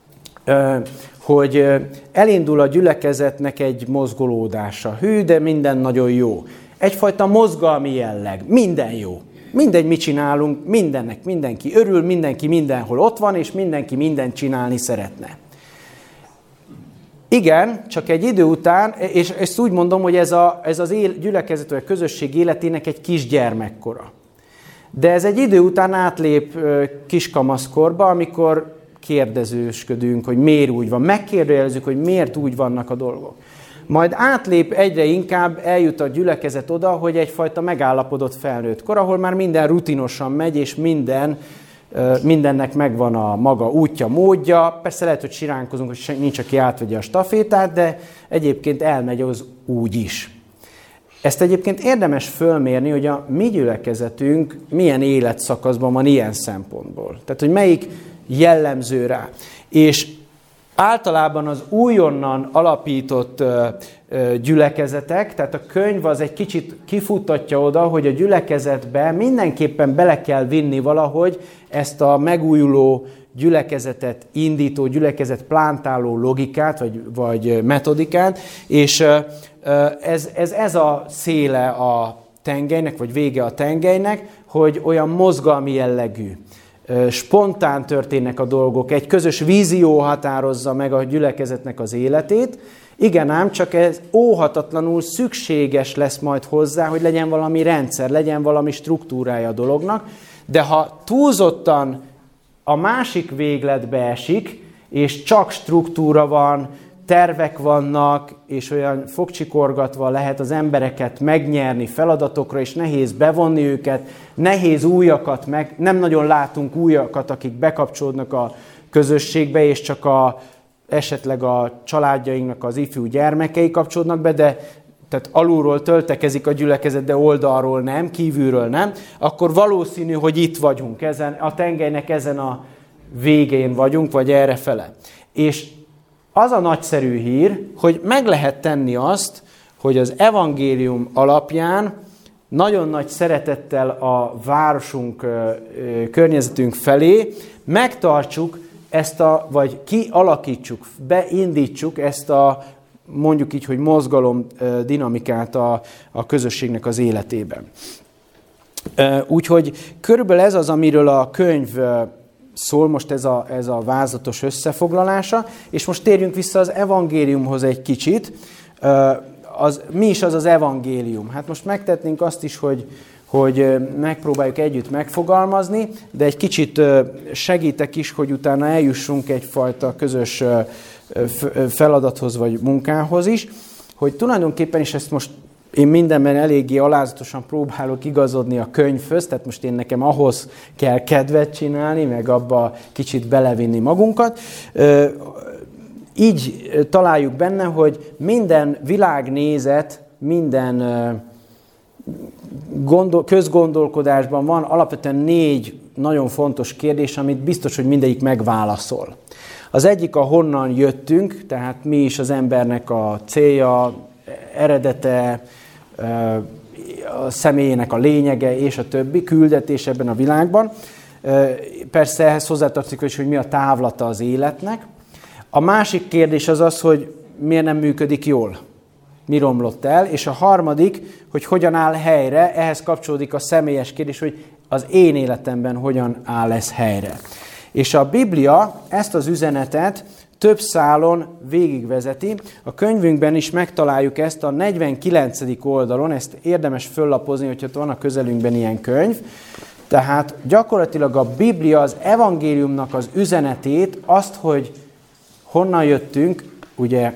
hogy elindul a gyülekezetnek egy mozgolódása. Hű, de minden nagyon jó. Egyfajta mozgalmi jelleg. Minden jó. Mindegy, mit csinálunk, mindennek mindenki örül, mindenki mindenhol ott van, és mindenki mindent csinálni szeretne. Igen, csak egy idő után, és ezt úgy mondom, hogy ez, a, ez az él, gyülekezet vagy a közösség életének egy kisgyermekkora. De ez egy idő után átlép kiskamaszkorba, amikor kérdezősködünk, hogy miért úgy van, megkérdőjelezzük, hogy miért úgy vannak a dolgok. Majd átlép egyre inkább, eljut a gyülekezet oda, hogy egyfajta megállapodott felnőtt kor, ahol már minden rutinosan megy, és minden, mindennek megvan a maga útja, módja. Persze lehet, hogy siránkozunk, hogy nincs, aki átvegye a stafétát, de egyébként elmegy az úgy is. Ezt egyébként érdemes fölmérni, hogy a mi gyülekezetünk milyen életszakaszban van ilyen szempontból. Tehát, hogy melyik jellemző rá. És általában az újonnan alapított gyülekezetek, tehát a könyv az egy kicsit kifuttatja oda, hogy a gyülekezetbe mindenképpen bele kell vinni valahogy ezt a megújuló gyülekezetet indító, gyülekezet plántáló logikát, vagy, vagy metodikát, és ez, ez, ez a széle a tengelynek, vagy vége a tengelynek, hogy olyan mozgalmi jellegű, spontán történnek a dolgok, egy közös vízió határozza meg a gyülekezetnek az életét. Igen ám, csak ez óhatatlanul szükséges lesz majd hozzá, hogy legyen valami rendszer, legyen valami struktúrája a dolognak, de ha túlzottan a másik végletbe esik, és csak struktúra van, tervek vannak, és olyan fogcsikorgatva lehet az embereket megnyerni feladatokra, és nehéz bevonni őket, nehéz újakat, meg nem nagyon látunk újakat, akik bekapcsolódnak a közösségbe, és csak a, esetleg a családjainknak az ifjú gyermekei kapcsolódnak be, de tehát alulról töltekezik a gyülekezet, de oldalról nem, kívülről nem, akkor valószínű, hogy itt vagyunk, ezen, a tengelynek ezen a végén vagyunk, vagy errefele. És az a nagyszerű hír, hogy meg lehet tenni azt, hogy az evangélium alapján nagyon nagy szeretettel a városunk, környezetünk felé megtartsuk ezt a, vagy kialakítsuk, beindítsuk ezt a, mondjuk így, hogy mozgalom dinamikát a, a közösségnek az életében. Úgyhogy körülbelül ez az, amiről a könyv szól, most ez a, ez a vázatos összefoglalása, és most térjünk vissza az evangéliumhoz egy kicsit. Az, mi is az az evangélium? Hát most megtettnénk azt is, hogy, hogy megpróbáljuk együtt megfogalmazni, de egy kicsit segítek is, hogy utána eljussunk egyfajta közös feladathoz vagy munkához is, hogy tulajdonképpen, és ezt most én mindenben eléggé alázatosan próbálok igazodni a könyvhöz, tehát most én nekem ahhoz kell kedvet csinálni, meg abba kicsit belevinni magunkat. Így találjuk benne, hogy minden világnézet, minden gondol, közgondolkodásban van alapvetően négy nagyon fontos kérdés, amit biztos, hogy mindegyik megválaszol. Az egyik a honnan jöttünk, tehát mi is az embernek a célja, eredete, a személyének a lényege és a többi, küldetés ebben a világban. Persze ehhez hozzátartozik is, hogy mi a távlata az életnek. A másik kérdés az az, hogy miért nem működik jól, mi romlott el, és a harmadik, hogy hogyan áll helyre, ehhez kapcsolódik a személyes kérdés, hogy az én életemben hogyan áll ez helyre. És a Biblia ezt az üzenetet több szálon végigvezeti. A könyvünkben is megtaláljuk ezt a negyvenkilencedik oldalon, ezt érdemes föllapozni, hogyha van a közelünkben ilyen könyv. Tehát gyakorlatilag a Biblia az evangéliumnak az üzenetét, azt, hogy honnan jöttünk, ugye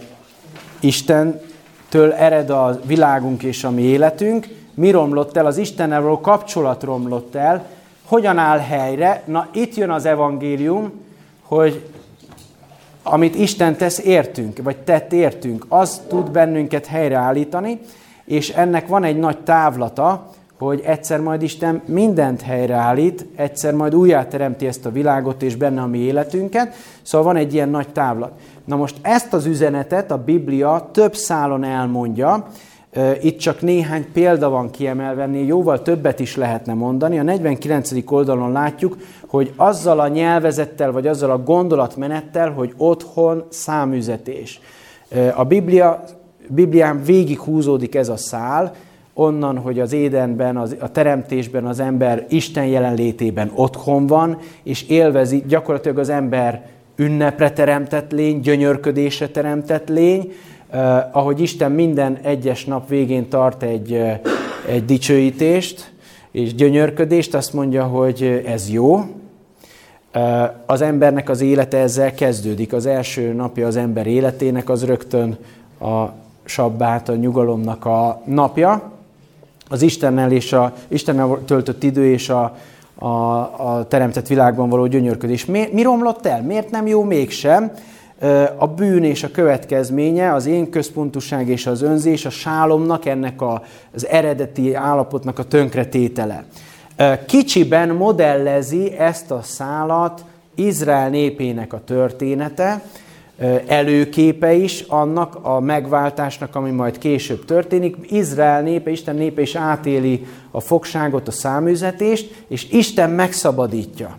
Istentől ered a világunk és a mi életünk, mi romlott el, az Istennel való kapcsolat romlott el, hogyan áll helyre. Na itt jön az evangélium, hogy amit Isten tesz értünk, vagy tett értünk, az tud bennünket helyreállítani, és ennek van egy nagy távlata, hogy egyszer majd Isten mindent helyreállít, egyszer majd újjáteremti ezt a világot és benne a mi életünket, szóval van egy ilyen nagy távlat. Na most ezt az üzenetet a Biblia több szálon elmondja, itt csak néhány példa van kiemelve, jóval többet is lehetne mondani. A negyvenkilencedik oldalon látjuk, hogy azzal a nyelvezettel, vagy azzal a gondolatmenettel, hogy otthon számüzetés. A Biblia, Biblián végig húzódik ez a szál, onnan, hogy az Édenben, az, a teremtésben az ember Isten jelenlétében otthon van, és élvezi, gyakorlatilag az ember ünnepre teremtett lény, gyönyörködésre teremtett lény, Uh, ahogy Isten minden egyes nap végén tart egy, uh, egy dicsőítést és gyönyörködést, azt mondja, hogy ez jó. Uh, az embernek az élete ezzel kezdődik. Az első napja az ember életének az rögtön a sabbát, a nyugalomnak a napja. Az Istennel és a Istennel töltött idő és a, a, a teremtett világban való gyönyörködés. Mi, mi romlott el? Miért nem jó mégsem? A bűn és a következménye, az én központúság és az önzés, a sálomnak, ennek a, az eredeti állapotnak a tönkretétele. Kicsiben modellezi ezt a szálat Izrael népének a története, előképe is annak a megváltásnak, ami majd később történik. Izrael népe, Isten népe is átéli a fogságot, a száműzetést, és Isten megszabadítja.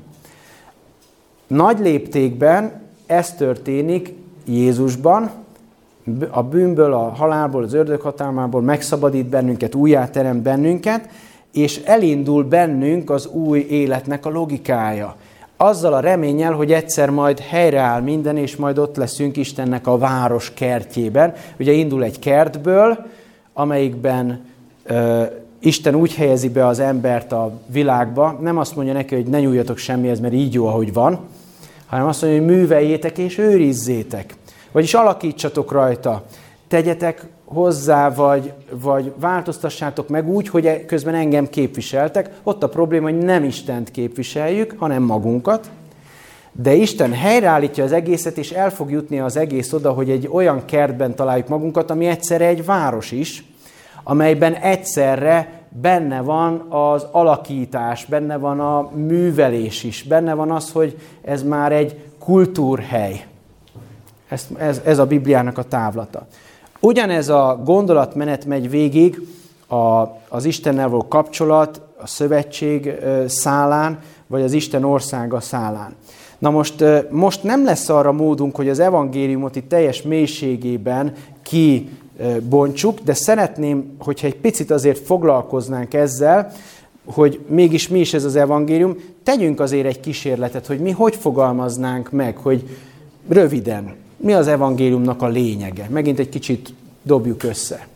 Nagy léptékben ez történik Jézusban, a bűnből, a halálból, az ördög hatalmából megszabadít bennünket, újjáteremt bennünket, és elindul bennünk az új életnek a logikája. Azzal a reménnyel, hogy egyszer majd helyreáll minden, és majd ott leszünk Istennek a város kertjében. Ugye indul egy kertből, amelyikben ö, Isten úgy helyezi be az embert a világba, nem azt mondja neki, hogy ne nyúljatok semmihez, mert így jó, ahogy van, hanem azt mondja, hogy műveljétek és őrizzétek. Vagyis alakítsatok rajta, tegyetek hozzá, vagy, vagy változtassátok meg úgy, hogy közben engem képviseltek. Ott a probléma, hogy nem Istent képviseljük, hanem magunkat. De Isten helyreállítja az egészet, és el fog jutni az egész oda, hogy egy olyan kertben találjuk magunkat, ami egyszerre egy város is, amelyben egyszerre benne van az alakítás, benne van a művelés is, benne van az, hogy ez már egy kultúrhely. Ez, ez, ez a Bibliának a távlata. Ugyanez a gondolatmenet megy végig a, az Istennel való kapcsolat, a szövetség szálán, vagy az Isten országa szálán. Na most, most nem lesz arra módunk, hogy az evangéliumot itt teljes mélységében kibontsuk, de szeretném, hogyha egy picit azért foglalkoznánk ezzel, hogy mégis mi is ez az evangélium, tegyünk azért egy kísérletet, hogy mi hogy fogalmaznánk meg, hogy röviden, mi az evangéliumnak a lényege. Megint egy kicsit dobjuk össze.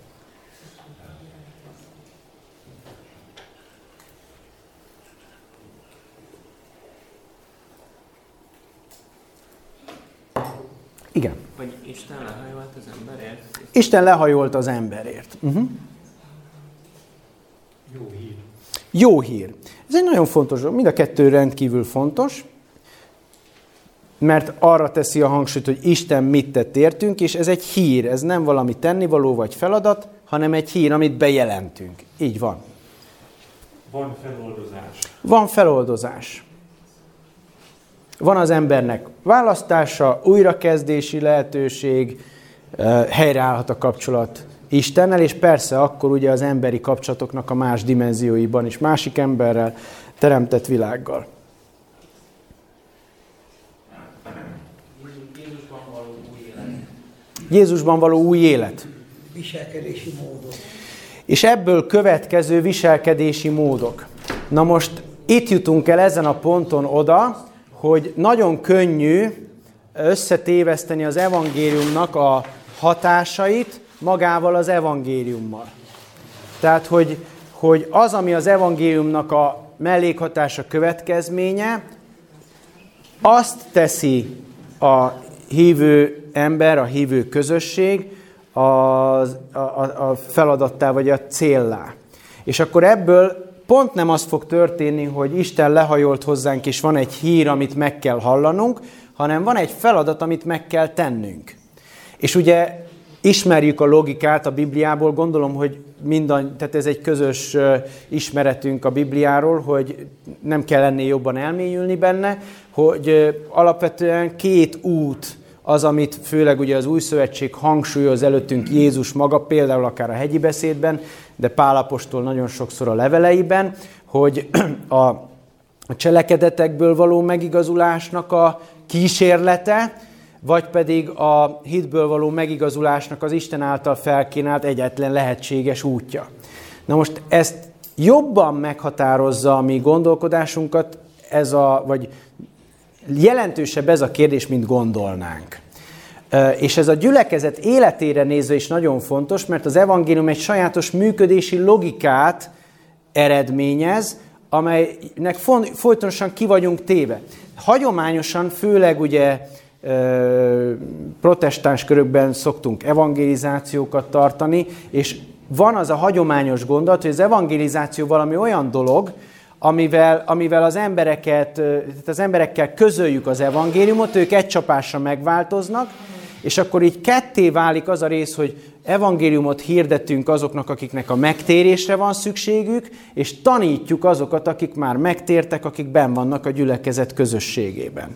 Igen. Vagy Isten lehajolt az emberért? Isten lehajolt az emberért. Uh-huh. Jó hír. Jó hír. Ez egy nagyon fontos, mind a kettő rendkívül fontos, mert arra teszi a hangsúlyt, hogy Isten mit tett értünk, és ez egy hír, ez nem valami tennivaló vagy feladat, hanem egy hír, amit bejelentünk. Így van. Van feloldozás. Van feloldozás. Van az embernek választása, újrakezdési lehetőség, helyreállhat a kapcsolat Istennel, és persze akkor ugye az emberi kapcsolatoknak a más dimenzióiban is, másik emberrel, teremtett világgal. Jézusban való új élet. Jézusban való új élet. Viselkedési módok. És ebből következő viselkedési módok. Na most itt jutunk el ezen a ponton oda, hogy nagyon könnyű összetéveszteni az evangéliumnak a hatásait magával az evangéliummal. Tehát, hogy, hogy az, ami az evangéliumnak a mellékhatása következménye, azt teszi a hívő ember, a hívő közösség a, a, a feladattá vagy a céllá. És akkor ebből pont nem az fog történni, hogy Isten lehajolt hozzánk, és van egy hír, amit meg kell hallanunk, hanem van egy feladat, amit meg kell tennünk. És ugye ismerjük a logikát a Bibliából, gondolom, hogy mindanny, tehát ez egy közös ismeretünk a Bibliáról, hogy nem kell ennél jobban elmélyülni benne, hogy alapvetően két út az, amit főleg ugye az Új Szövetség hangsúlyoz előttünk Jézus maga, például akár a hegyi beszédben, de Pál apostol nagyon sokszor a leveleiben, hogy a, a cselekedetekből való megigazulásnak a kísérlete, vagy pedig a hitből való megigazulásnak az Isten által felkínált egyetlen lehetséges útja. Na most ezt jobban meghatározza a mi gondolkodásunkat, ez a, vagy jelentősebb ez a kérdés, mint gondolnánk. És ez a gyülekezet életére nézve is nagyon fontos, mert az evangélium egy sajátos működési logikát eredményez, amelynek folytonosan ki vagyunk téve. Hagyományosan, főleg ugye protestáns körökben szoktunk evangelizációkat tartani, és van az a hagyományos gondolat, hogy az evangelizáció valami olyan dolog, amivel, amivel az embereket, az emberekkel közöljük az evangéliumot, ők egy csapásra megváltoznak, és akkor így ketté válik az a rész, hogy evangéliumot hirdetünk azoknak, akiknek a megtérésre van szükségük, és tanítjuk azokat, akik már megtértek, akik benn vannak a gyülekezet közösségében.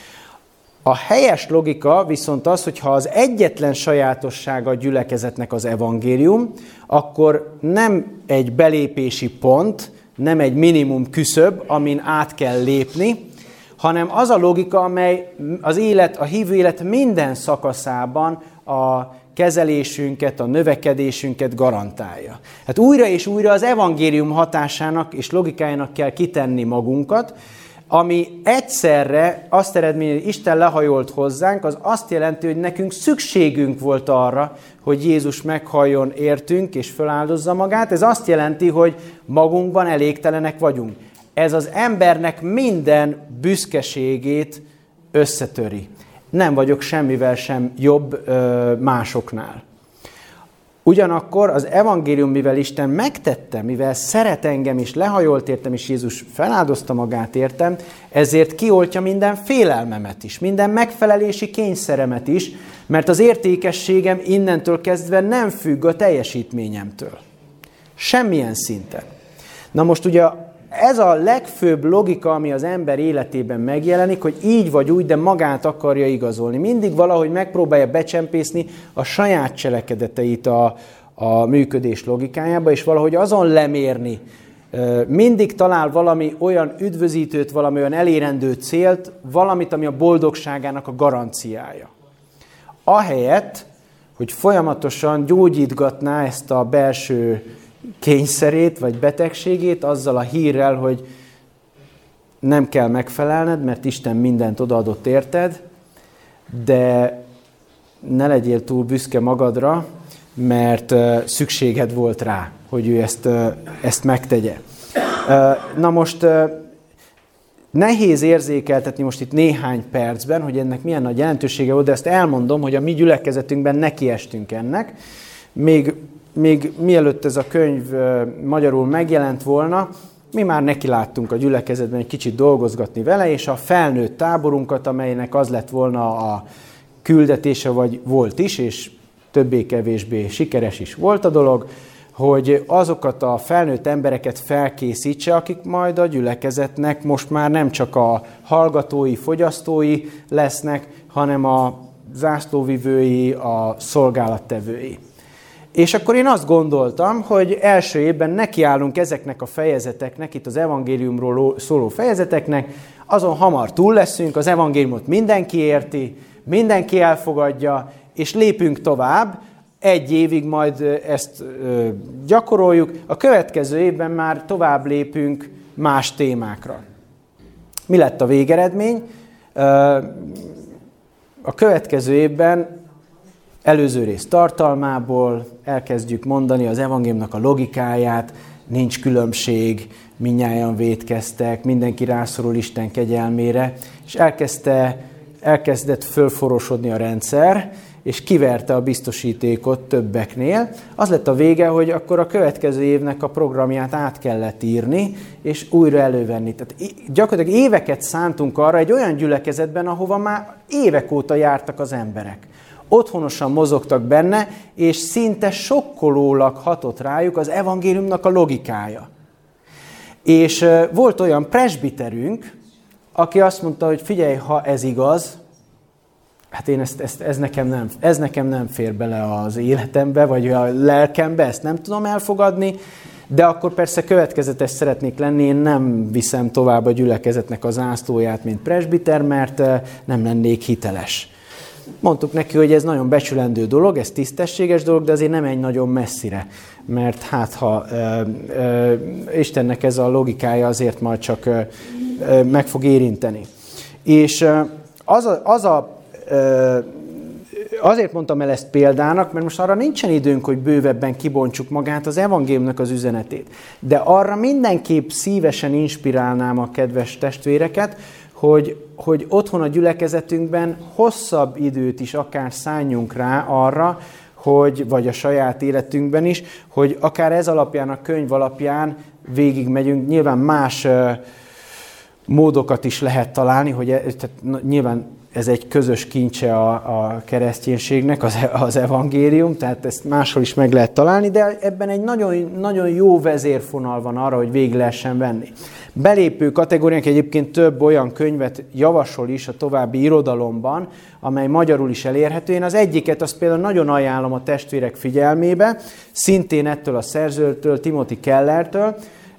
A helyes logika viszont az, hogy ha az egyetlen sajátossága a gyülekezetnek az evangélium, akkor nem egy belépési pont, nem egy minimum küszöb, amin át kell lépni, hanem az a logika, amely az élet, a hívő élet minden szakaszában a kezelésünket, a növekedésünket garantálja. Hát újra és újra az evangélium hatásának és logikájának kell kitenni magunkat, ami egyszerre azt eredményezi, hogy Isten lehajolt hozzánk, az azt jelenti, hogy nekünk szükségünk volt arra, hogy Jézus meghalljon értünk és feláldozza magát. Ez azt jelenti, hogy magunkban elégtelenek vagyunk. Ez az embernek minden büszkeségét összetöri. Nem vagyok semmivel sem jobb ö, másoknál. Ugyanakkor az evangélium, mivel Isten megtette, mivel szeret engem is, lehajolt értem, és Jézus feláldozta magát értem, ezért kioltja minden félelmemet is, minden megfelelési kényszeremet is, mert az értékességem innentől kezdve nem függ a teljesítményemtől. Semmilyen szinten. Na most ugye ez a legfőbb logika, ami az ember életében megjelenik, hogy így vagy úgy, de magát akarja igazolni. Mindig valahogy megpróbálja becsempészni a saját cselekedeteit a, a működés logikájába, és valahogy azon lemérni. Mindig talál valami olyan üdvözítőt, valami olyan elérendő célt, valamit, ami a boldogságának a garanciája. Ahelyett, hogy folyamatosan gyógyítgatná ezt a belső kényszerét, vagy betegségét azzal a hírrel, hogy nem kell megfelelned, mert Isten mindent odaadott érted, de ne legyél túl büszke magadra, mert uh, szükséged volt rá, hogy ő ezt, uh, ezt megtegye. Uh, na most uh, Nehéz érzékeltetni most itt néhány percben, hogy ennek milyen nagy jelentősége volt, de ezt elmondom, hogy a mi gyülekezetünkben nekiestünk ennek. Még, még mielőtt ez a könyv magyarul megjelent volna, mi már nekiláttunk a gyülekezetben egy kicsit dolgozgatni vele, és a felnőtt táborunkat, amelynek az lett volna a küldetése, vagy volt is, és többé-kevésbé sikeres is volt a dolog, hogy azokat a felnőtt embereket felkészítse, akik majd a gyülekezetnek most már nem csak a hallgatói, fogyasztói lesznek, hanem a zászlóvivői, a szolgálattevői. És akkor én azt gondoltam, hogy első évben nekiállunk ezeknek a fejezeteknek, itt az evangéliumról szóló fejezeteknek, azon hamar túl leszünk, az evangéliumot mindenki érti, mindenki elfogadja, és lépünk tovább, egy évig majd ezt gyakoroljuk, a következő évben már tovább lépünk más témákra. Mi lett a végeredmény? A következő évben előző rész tartalmából elkezdjük mondani az evangéliumnak a logikáját, nincs különbség, mindnyájan vétkeztek, mindenki rászorul Isten kegyelmére, és elkezdte, elkezdett fölforosodni a rendszer, és kiverte a biztosítékot többeknél. Az lett a vége, hogy akkor a következő évnek a programját át kellett írni, és újra elővenni. Tehát gyakorlatilag éveket szántunk arra egy olyan gyülekezetben, ahova már évek óta jártak az emberek. Otthonosan mozogtak benne, és szinte sokkolólag hatott rájuk az evangéliumnak a logikája. És volt olyan presbiterünk, aki azt mondta, hogy figyelj, ha ez igaz, hát én ezt, ezt, ez, nekem nem, ez nekem nem fér bele az életembe, vagy a lelkembe, ezt nem tudom elfogadni, de akkor persze következetes szeretnék lenni, én nem viszem tovább a gyülekezetnek az zászlóját, mint presbiter, mert nem lennék hiteles. Mondtuk neki, hogy ez nagyon becsülendő dolog, ez tisztességes dolog, de azért nem egy nagyon messzire, mert hát ha ö, ö, Istennek ez a logikája azért majd csak ö, ö, meg fog érinteni. És ö, az a, az a ö, azért mondtam el ezt példának, mert most arra nincsen időnk, hogy bővebben kibontsuk magát az evangéliumnak az üzenetét. De arra mindenképp szívesen inspirálnám a kedves testvéreket, hogy, hogy otthon a gyülekezetünkben hosszabb időt is akár szálljunk rá arra, hogy, vagy a saját életünkben is, hogy akár ez alapján, a könyv alapján végigmegyünk. Nyilván más uh, módokat is lehet találni, hogy e, tehát, nyilván ez egy közös kincse a, a kereszténységnek, az, az evangélium, tehát ezt máshol is meg lehet találni, de ebben egy nagyon, nagyon jó vezérfonal van arra, hogy végig lehessen venni. Belépő kategóriánk egyébként több olyan könyvet javasol is a további irodalomban, amely magyarul is elérhető. Én az egyiket, azt például nagyon ajánlom a testvérek figyelmébe, szintén ettől a szerzőtől, Timothy Kellertől.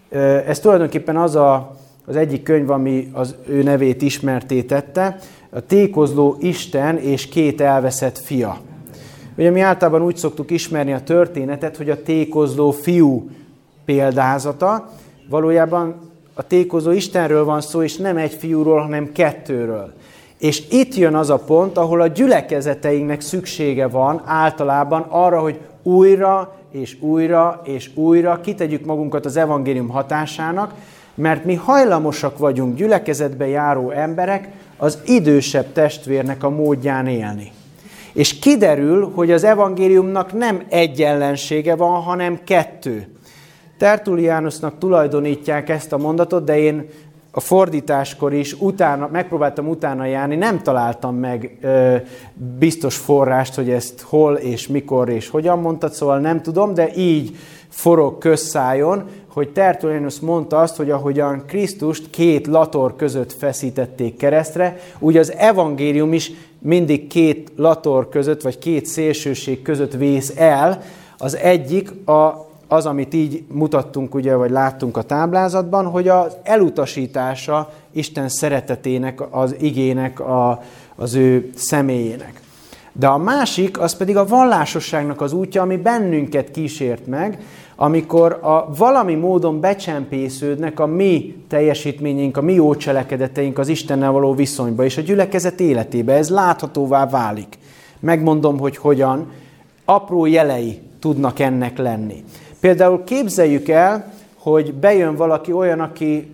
Ez tulajdonképpen az a, az egyik könyv, ami az ő nevét ismertté tette, a Tékozló Isten és két elveszett fia. Ugye mi általában úgy szoktuk ismerni a történetet, hogy a tékozló fiú példázata, valójában a tékozló Istenről van szó, és nem egy fiúról, hanem kettőről. És itt jön az a pont, ahol a gyülekezeteinknek szüksége van általában arra, hogy újra és újra és újra kitegyük magunkat az evangélium hatásának, mert mi hajlamosak vagyunk gyülekezetbe járó emberek az idősebb testvérnek a módján élni. És kiderül, hogy az evangéliumnak nem egy ellensége van, hanem kettő. Tertullianusnak tulajdonítják ezt a mondatot, de én a fordításkor is utána, megpróbáltam utána járni, nem találtam meg ö, biztos forrást, hogy ezt hol és mikor és hogyan mondtad, szóval nem tudom, de így forog közszájon, hogy Tertullianus mondta azt, hogy ahogyan Krisztust két lator között feszítették keresztre, úgy az evangélium is mindig két lator között, vagy két szélsőség között vész el. Az egyik a az, amit így mutattunk, ugye, vagy láttunk a táblázatban, hogy az elutasítása Isten szeretetének, az igének, a, az ő személyének. De a másik, az pedig a vallásosságnak az útja, ami bennünket kísért meg, amikor a valami módon becsempésződnek a mi teljesítményeink, a mi jó cselekedeteink az Istennel való viszonyba, és a gyülekezet életébe. Ez láthatóvá válik. Megmondom, hogy hogyan. Apró jelei tudnak ennek lenni. Például képzeljük el, hogy bejön valaki olyan, aki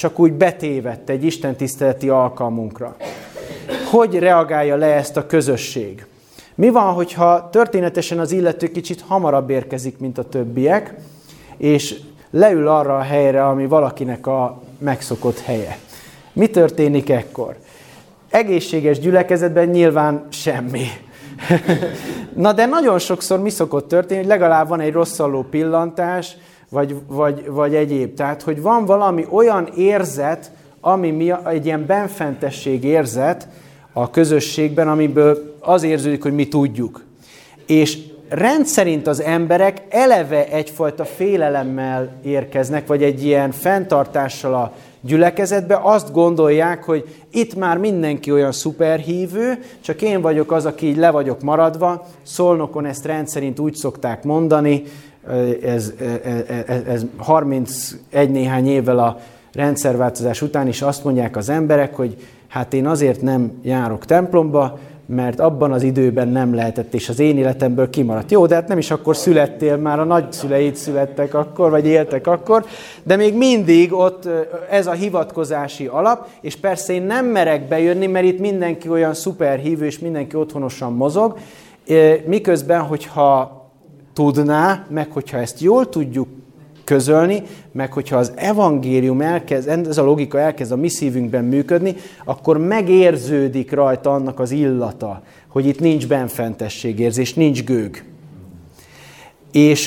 csak úgy betévedt egy istentiszteleti alkalmunkra. Hogy reagálja le ezt a közösség? Mi van, hogyha történetesen az illető kicsit hamarabb érkezik, mint a többiek, és leül arra a helyre, ami valakinek a megszokott helye? Mi történik ekkor? Egészséges gyülekezetben nyilván semmi. Na de nagyon sokszor mi szokott történni, hogy legalább van egy rosszalló pillantás, vagy, vagy, vagy egyéb. Tehát, hogy van valami olyan érzet, ami mi, egy ilyen benfentesség érzet a közösségben, amiből az érződik, hogy mi tudjuk. És rendszerint az emberek eleve egyfajta félelemmel érkeznek, vagy egy ilyen fenntartással a gyülekezetbe, azt gondolják, hogy itt már mindenki olyan szuperhívő, csak én vagyok az, aki így le vagyok maradva. Szolnokon ezt rendszerint úgy szokták mondani, ez, ez, ez harmincegy néhány évvel a rendszerváltozás után is azt mondják az emberek, hogy hát én azért nem járok templomba, mert abban az időben nem lehetett, és az én életemből kimaradt. Jó, de hát nem is akkor születtél, már a nagyszüleid születtek akkor, vagy éltek akkor, de még mindig ott ez a hivatkozási alap, és persze én nem merek bejönni, mert itt mindenki olyan szuperhívő, és mindenki otthonosan mozog, miközben, hogyha tudná, meg hogyha ezt jól tudjuk közölni, meg hogyha az evangélium elkezd, ez a logika elkezd a mi szívünkben működni, akkor megérződik rajta annak az illata, hogy itt nincs benfentességérzés, nincs gőg. És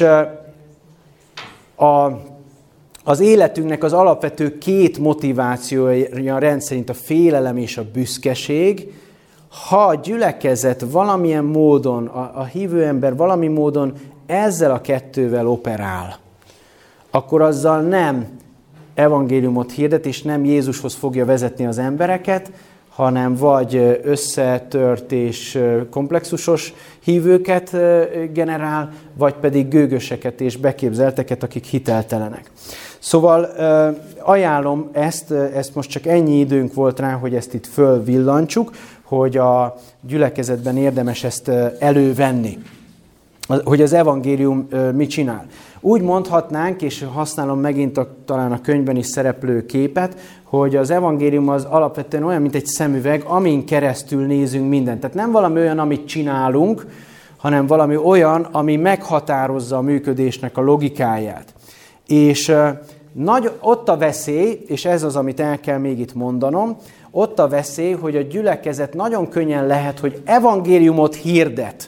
a, az életünknek az alapvető két motivációja rendszerint a félelem és a büszkeség. Ha a gyülekezet valamilyen módon, a, a hívő ember valami módon ezzel a kettővel operál, akkor azzal nem evangéliumot hirdet, és nem Jézushoz fogja vezetni az embereket, hanem vagy összetört és komplexusos hívőket generál, vagy pedig gőgöseket és beképzelteket, akik hiteltelenek. Szóval ajánlom ezt, ezt most csak ennyi időnk volt rá, hogy ezt itt fölvillantsuk, hogy a gyülekezetben érdemes ezt elővenni. Hogy az evangélium mit csinál. Úgy mondhatnánk, és használom megint a, talán a könyvben is szereplő képet, hogy az evangélium az alapvetően olyan, mint egy szemüveg, amin keresztül nézünk mindent. Tehát nem valami olyan, amit csinálunk, hanem valami olyan, ami meghatározza a működésnek a logikáját. És uh, nagy, ott a veszély, és ez az, amit el kell még itt mondanom, ott a veszély, hogy a gyülekezet nagyon könnyen lehet, hogy evangéliumot hirdet,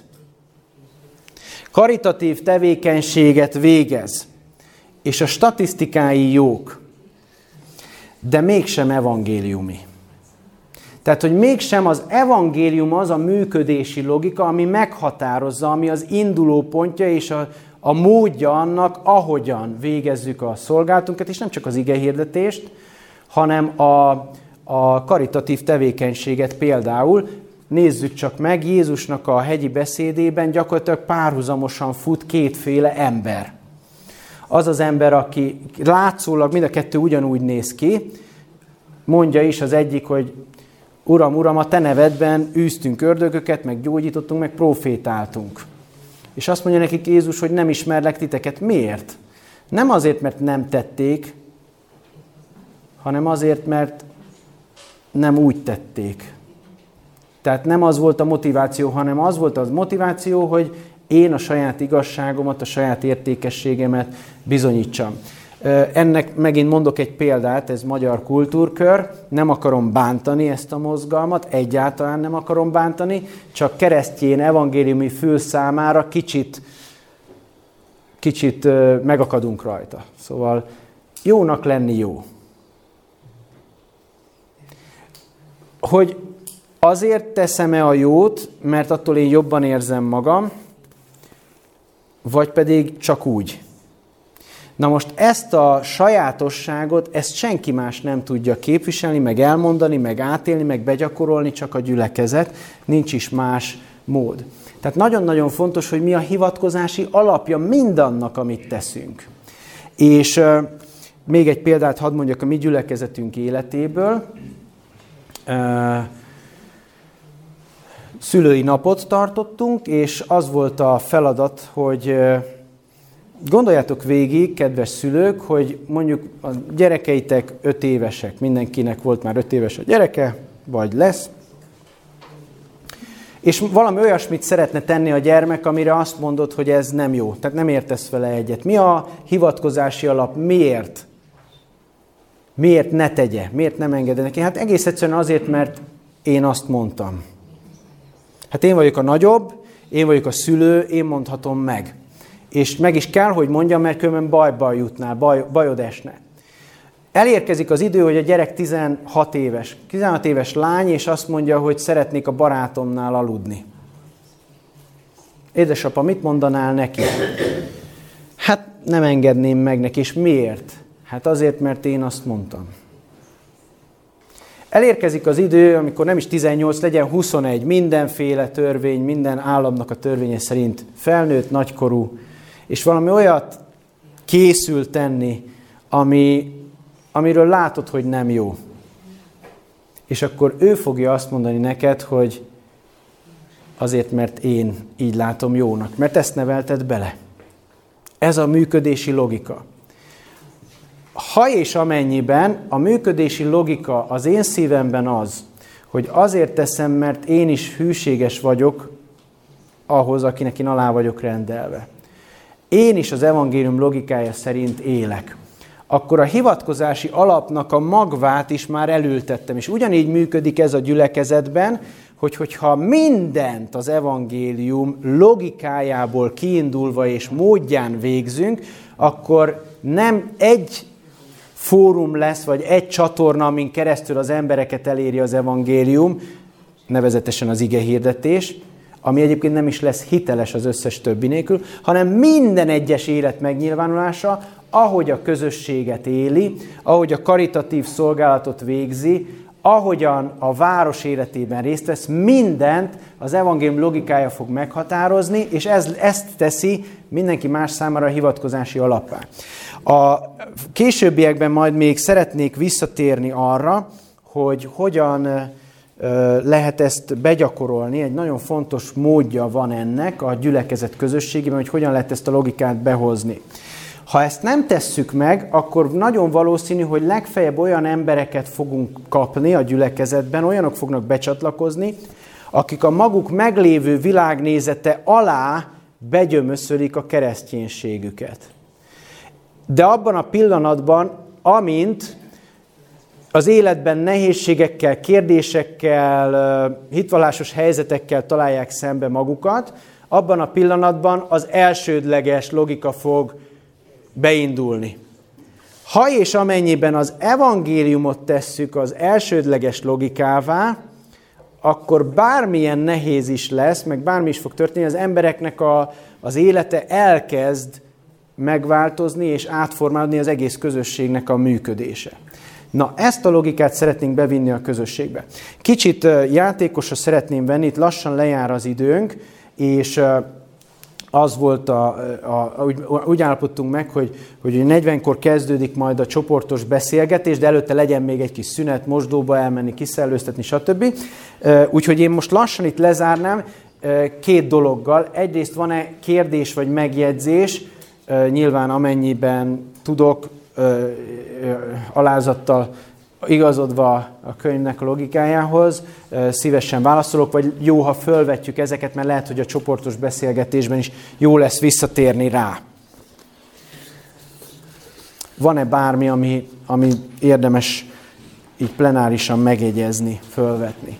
karitatív tevékenységet végez, és a statisztikái jók, de mégsem evangéliumi. Tehát, hogy mégsem az evangélium az a működési logika, ami meghatározza, ami az induló pontja és a, a módja annak, ahogyan végezzük a szolgálatunkat, és nem csak az igehirdetést, hanem a, a karitatív tevékenységet például. Nézzük csak meg, Jézusnak a hegyi beszédében gyakorlatilag párhuzamosan fut kétféle ember. Az az ember, aki látszólag mind a kettő ugyanúgy néz ki, mondja is az egyik, hogy Uram, Uram, a te nevedben űztünk ördögöket, meg gyógyítottunk, meg profétáltunk. És azt mondja nekik Jézus, hogy nem ismerlek titeket. Miért? Nem azért, mert nem tették, hanem azért, mert nem úgy tették. Tehát nem az volt a motiváció, hanem az volt az motiváció, hogy én a saját igazságomat, a saját értékességemet bizonyítsam. Ennek megint mondok egy példát, ez magyar kultúrkör, nem akarom bántani ezt a mozgalmat, egyáltalán nem akarom bántani, csak keresztjén evangéliumi fül számára kicsit, kicsit megakadunk rajta. Szóval jónak lenni jó. Hogy azért teszem-e a jót, mert attól én jobban érzem magam, vagy pedig csak úgy. Na most ezt a sajátosságot, ezt senki más nem tudja képviselni, meg elmondani, meg átélni, meg begyakorolni, csak a gyülekezet. Nincs is más mód. Tehát nagyon-nagyon fontos, hogy mi a hivatkozási alapja mindannak, amit teszünk. És uh, még egy példát hadd mondjak a mi gyülekezetünk életéből. Uh, Szülői napot tartottunk, és az volt a feladat, hogy gondoljátok végig, kedves szülők, hogy mondjuk a gyerekeitek öt évesek, mindenkinek volt már öt éves a gyereke, vagy lesz, és valami olyasmit szeretne tenni a gyermek, amire azt mondod, hogy ez nem jó, tehát nem értesz vele egyet. Mi a hivatkozási alap? Miért? Miért ne tegye? Miért nem engedje neki? Hát egész egyszerűen azért, mert én azt mondtam. Hát én vagyok a nagyobb, én vagyok a szülő, én mondhatom meg. És meg is kell, hogy mondjam, mert különben bajba jutnál, baj, bajod esne. Elérkezik az idő, hogy a gyerek tizenhat éves. tizenhat éves lány, és azt mondja, hogy szeretnék a barátomnál aludni. Édesapa, mit mondanál neki? Hát nem engedném meg neki. És miért? Hát azért, mert én azt mondtam. Elérkezik az idő, amikor nem is tizennyolc, legyen huszonegy, mindenféle törvény, minden államnak a törvénye szerint felnőtt, nagykorú, és valami olyat készül tenni, ami, amiről látod, hogy nem jó. És akkor ő fogja azt mondani neked, hogy azért, mert én így látom jónak, mert ezt nevelted bele. Ez a működési logika. Ha és amennyiben a működési logika az én szívemben az, hogy azért teszem, mert én is hűséges vagyok ahhoz, akinek én alá vagyok rendelve. Én is az evangélium logikája szerint élek. Akkor a hivatkozási alapnak a magvát is már elültettem. És ugyanígy működik ez a gyülekezetben, hogy hogyha mindent az evangélium logikájából kiindulva és módján végzünk, akkor nem egy fórum lesz, vagy egy csatorna, amin keresztül az embereket eléri az evangélium, nevezetesen az igehirdetés, ami egyébként nem is lesz hiteles az összes többi nélkül, hanem minden egyes élet megnyilvánulása, ahogy a közösséget éli, ahogy a karitatív szolgálatot végzi, ahogyan a város életében részt vesz, mindent az evangélium logikája fog meghatározni, és ez, ezt teszi mindenki más számára a hivatkozási alappá. A későbbiekben majd még szeretnék visszatérni arra, hogy hogyan lehet ezt begyakorolni. Egy nagyon fontos módja van ennek a gyülekezet közösségében, hogy hogyan lehet ezt a logikát behozni. Ha ezt nem tesszük meg, akkor nagyon valószínű, hogy legfeljebb olyan embereket fogunk kapni a gyülekezetben, olyanok fognak becsatlakozni, akik a maguk meglévő világnézete alá begyömöszölik a kereszténységüket. De abban a pillanatban, amint az életben nehézségekkel, kérdésekkel, hitvallásos helyzetekkel találják szembe magukat, abban a pillanatban az elsődleges logika fog beindulni. Ha és amennyiben az evangéliumot tesszük az elsődleges logikává, akkor bármilyen nehéz is lesz, meg bármi is fog történni, az embereknek a, az élete elkezd megváltozni és átformálódni az egész közösségnek a működése. Na, ezt a logikát szeretnénk bevinni a közösségbe. Kicsit játékosra szeretném venni, itt lassan lejár az időnk, és az volt, a, a, úgy, úgy állapodtunk meg, hogy, hogy negyvenkor kezdődik majd a csoportos beszélgetés, de előtte legyen még egy kis szünet, mosdóba elmenni, kiszellőztetni, stb. Úgyhogy én most lassan itt lezárnám két dologgal. Egyrészt van-e kérdés vagy megjegyzés, nyilván amennyiben tudok, alázattal igazodva a könyvnek a logikájához, szívesen válaszolok, vagy jó, ha fölvetjük ezeket, mert lehet, hogy a csoportos beszélgetésben is jó lesz visszatérni rá. Van-e bármi, ami, ami érdemes így plenárisan megjegyezni, fölvetni?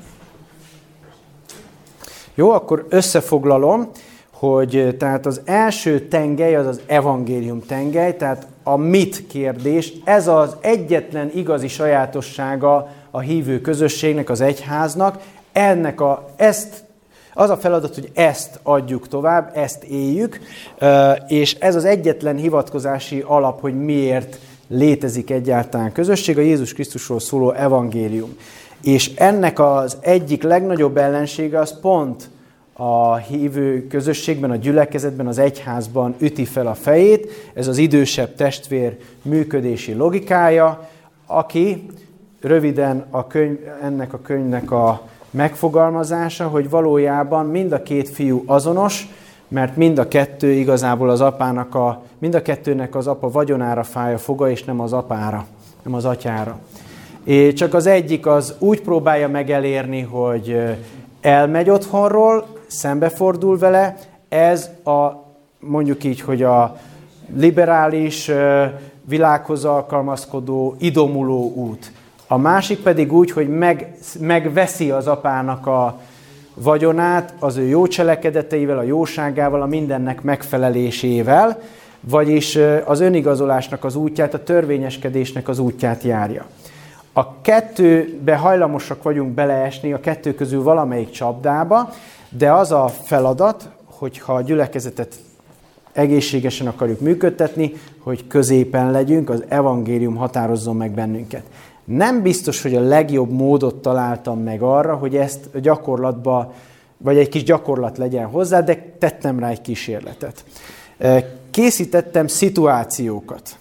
Jó, akkor összefoglalom, hogy tehát az első tengely az az evangélium tengely, tehát a mit kérdés, ez az egyetlen igazi sajátossága a hívő közösségnek, az egyháznak, ennek a, ezt, az a feladat, hogy ezt adjuk tovább, ezt éljük, és ez az egyetlen hivatkozási alap, hogy miért létezik egyáltalán közösség, a Jézus Krisztusról szóló evangélium. És ennek az egyik legnagyobb ellensége az pont a hívő közösségben, a gyülekezetben, az egyházban üti fel a fejét. Ez az idősebb testvér működési logikája, aki röviden a könyv, ennek a könyvnek a megfogalmazása, hogy valójában mind a két fiú azonos, mert mind a kettő igazából az apának a, mind a kettőnek az apa vagyonára fáj a foga, és nem az apára, nem az atyára. És csak az egyik az úgy próbálja megelérni, hogy elmegy otthonról, szembefordul vele, ez a, mondjuk így, hogy a liberális, világhoz alkalmazkodó, idomuló út. A másik pedig úgy, hogy meg, megveszi az apának a vagyonát az ő jó cselekedeteivel, a jóságával, a mindennek megfelelésével, vagyis az önigazolásnak az útját, a törvényeskedésnek az útját járja. A kettőbe hajlamosak vagyunk beleesni, a kettő közül valamelyik csapdába, de az a feladat, hogyha a gyülekezetet egészségesen akarjuk működtetni, hogy középen legyünk, az evangélium határozzon meg bennünket. Nem biztos, hogy a legjobb módot találtam meg arra, hogy ezt a gyakorlatba, vagy egy kis gyakorlat legyen hozzá, de tettem rá egy kísérletet. Készítettem szituációkat.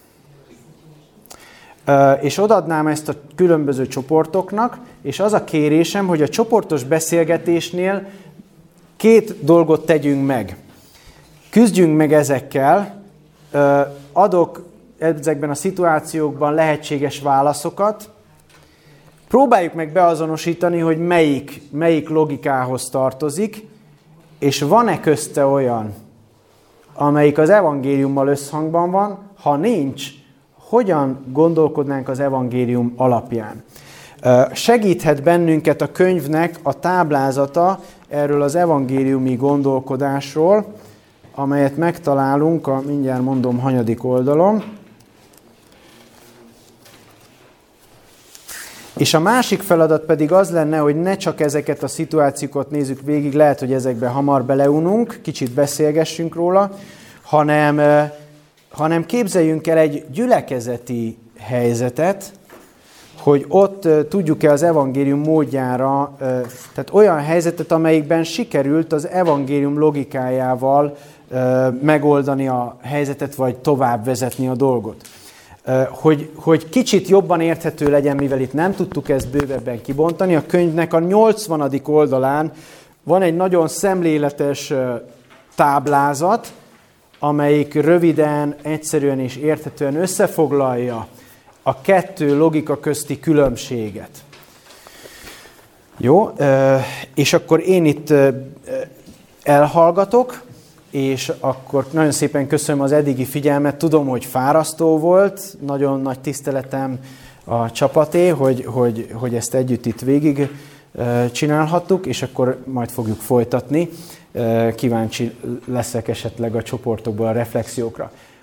És odaadnám ezt a különböző csoportoknak, és az a kérésem, hogy a csoportos beszélgetésnél két dolgot tegyünk meg. Küzdjünk meg ezekkel, adok ezekben a szituációkban lehetséges válaszokat, próbáljuk meg beazonosítani, hogy melyik, melyik logikához tartozik, és van-e közte olyan, amelyik az evangéliummal összhangban van, ha nincs, hogyan gondolkodnánk az evangélium alapján. Segíthet bennünket a könyvnek a táblázata erről az evangéliumi gondolkodásról, amelyet megtalálunk a, mindjárt mondom, hanyadik oldalon. És a másik feladat pedig az lenne, hogy ne csak ezeket a szituációkat nézzük végig, lehet, hogy ezekbe hamar beleununk, kicsit beszélgessünk róla, hanem, hanem képzeljünk el egy gyülekezeti helyzetet, hogy ott tudjuk-e az evangélium módjára, tehát olyan helyzetet, amelyikben sikerült az evangélium logikájával megoldani a helyzetet, vagy tovább vezetni a dolgot. Hogy, hogy kicsit jobban érthető legyen, mivel itt nem tudtuk ezt bővebben kibontani, a könyvnek a nyolcvanadik oldalán van egy nagyon szemléletes táblázat, amelyik röviden, egyszerűen és érthetően összefoglalja a kettő logika közti különbséget. Jó, és akkor én itt elhallgatok, és akkor nagyon szépen köszönöm az eddigi figyelmet. Tudom, hogy fárasztó volt, nagyon nagy tiszteletem a csapaté, hogy, hogy, hogy ezt együtt itt végig csinálhattuk, és akkor majd fogjuk folytatni. Kíváncsi leszek esetleg a csoportokból a reflexiókra.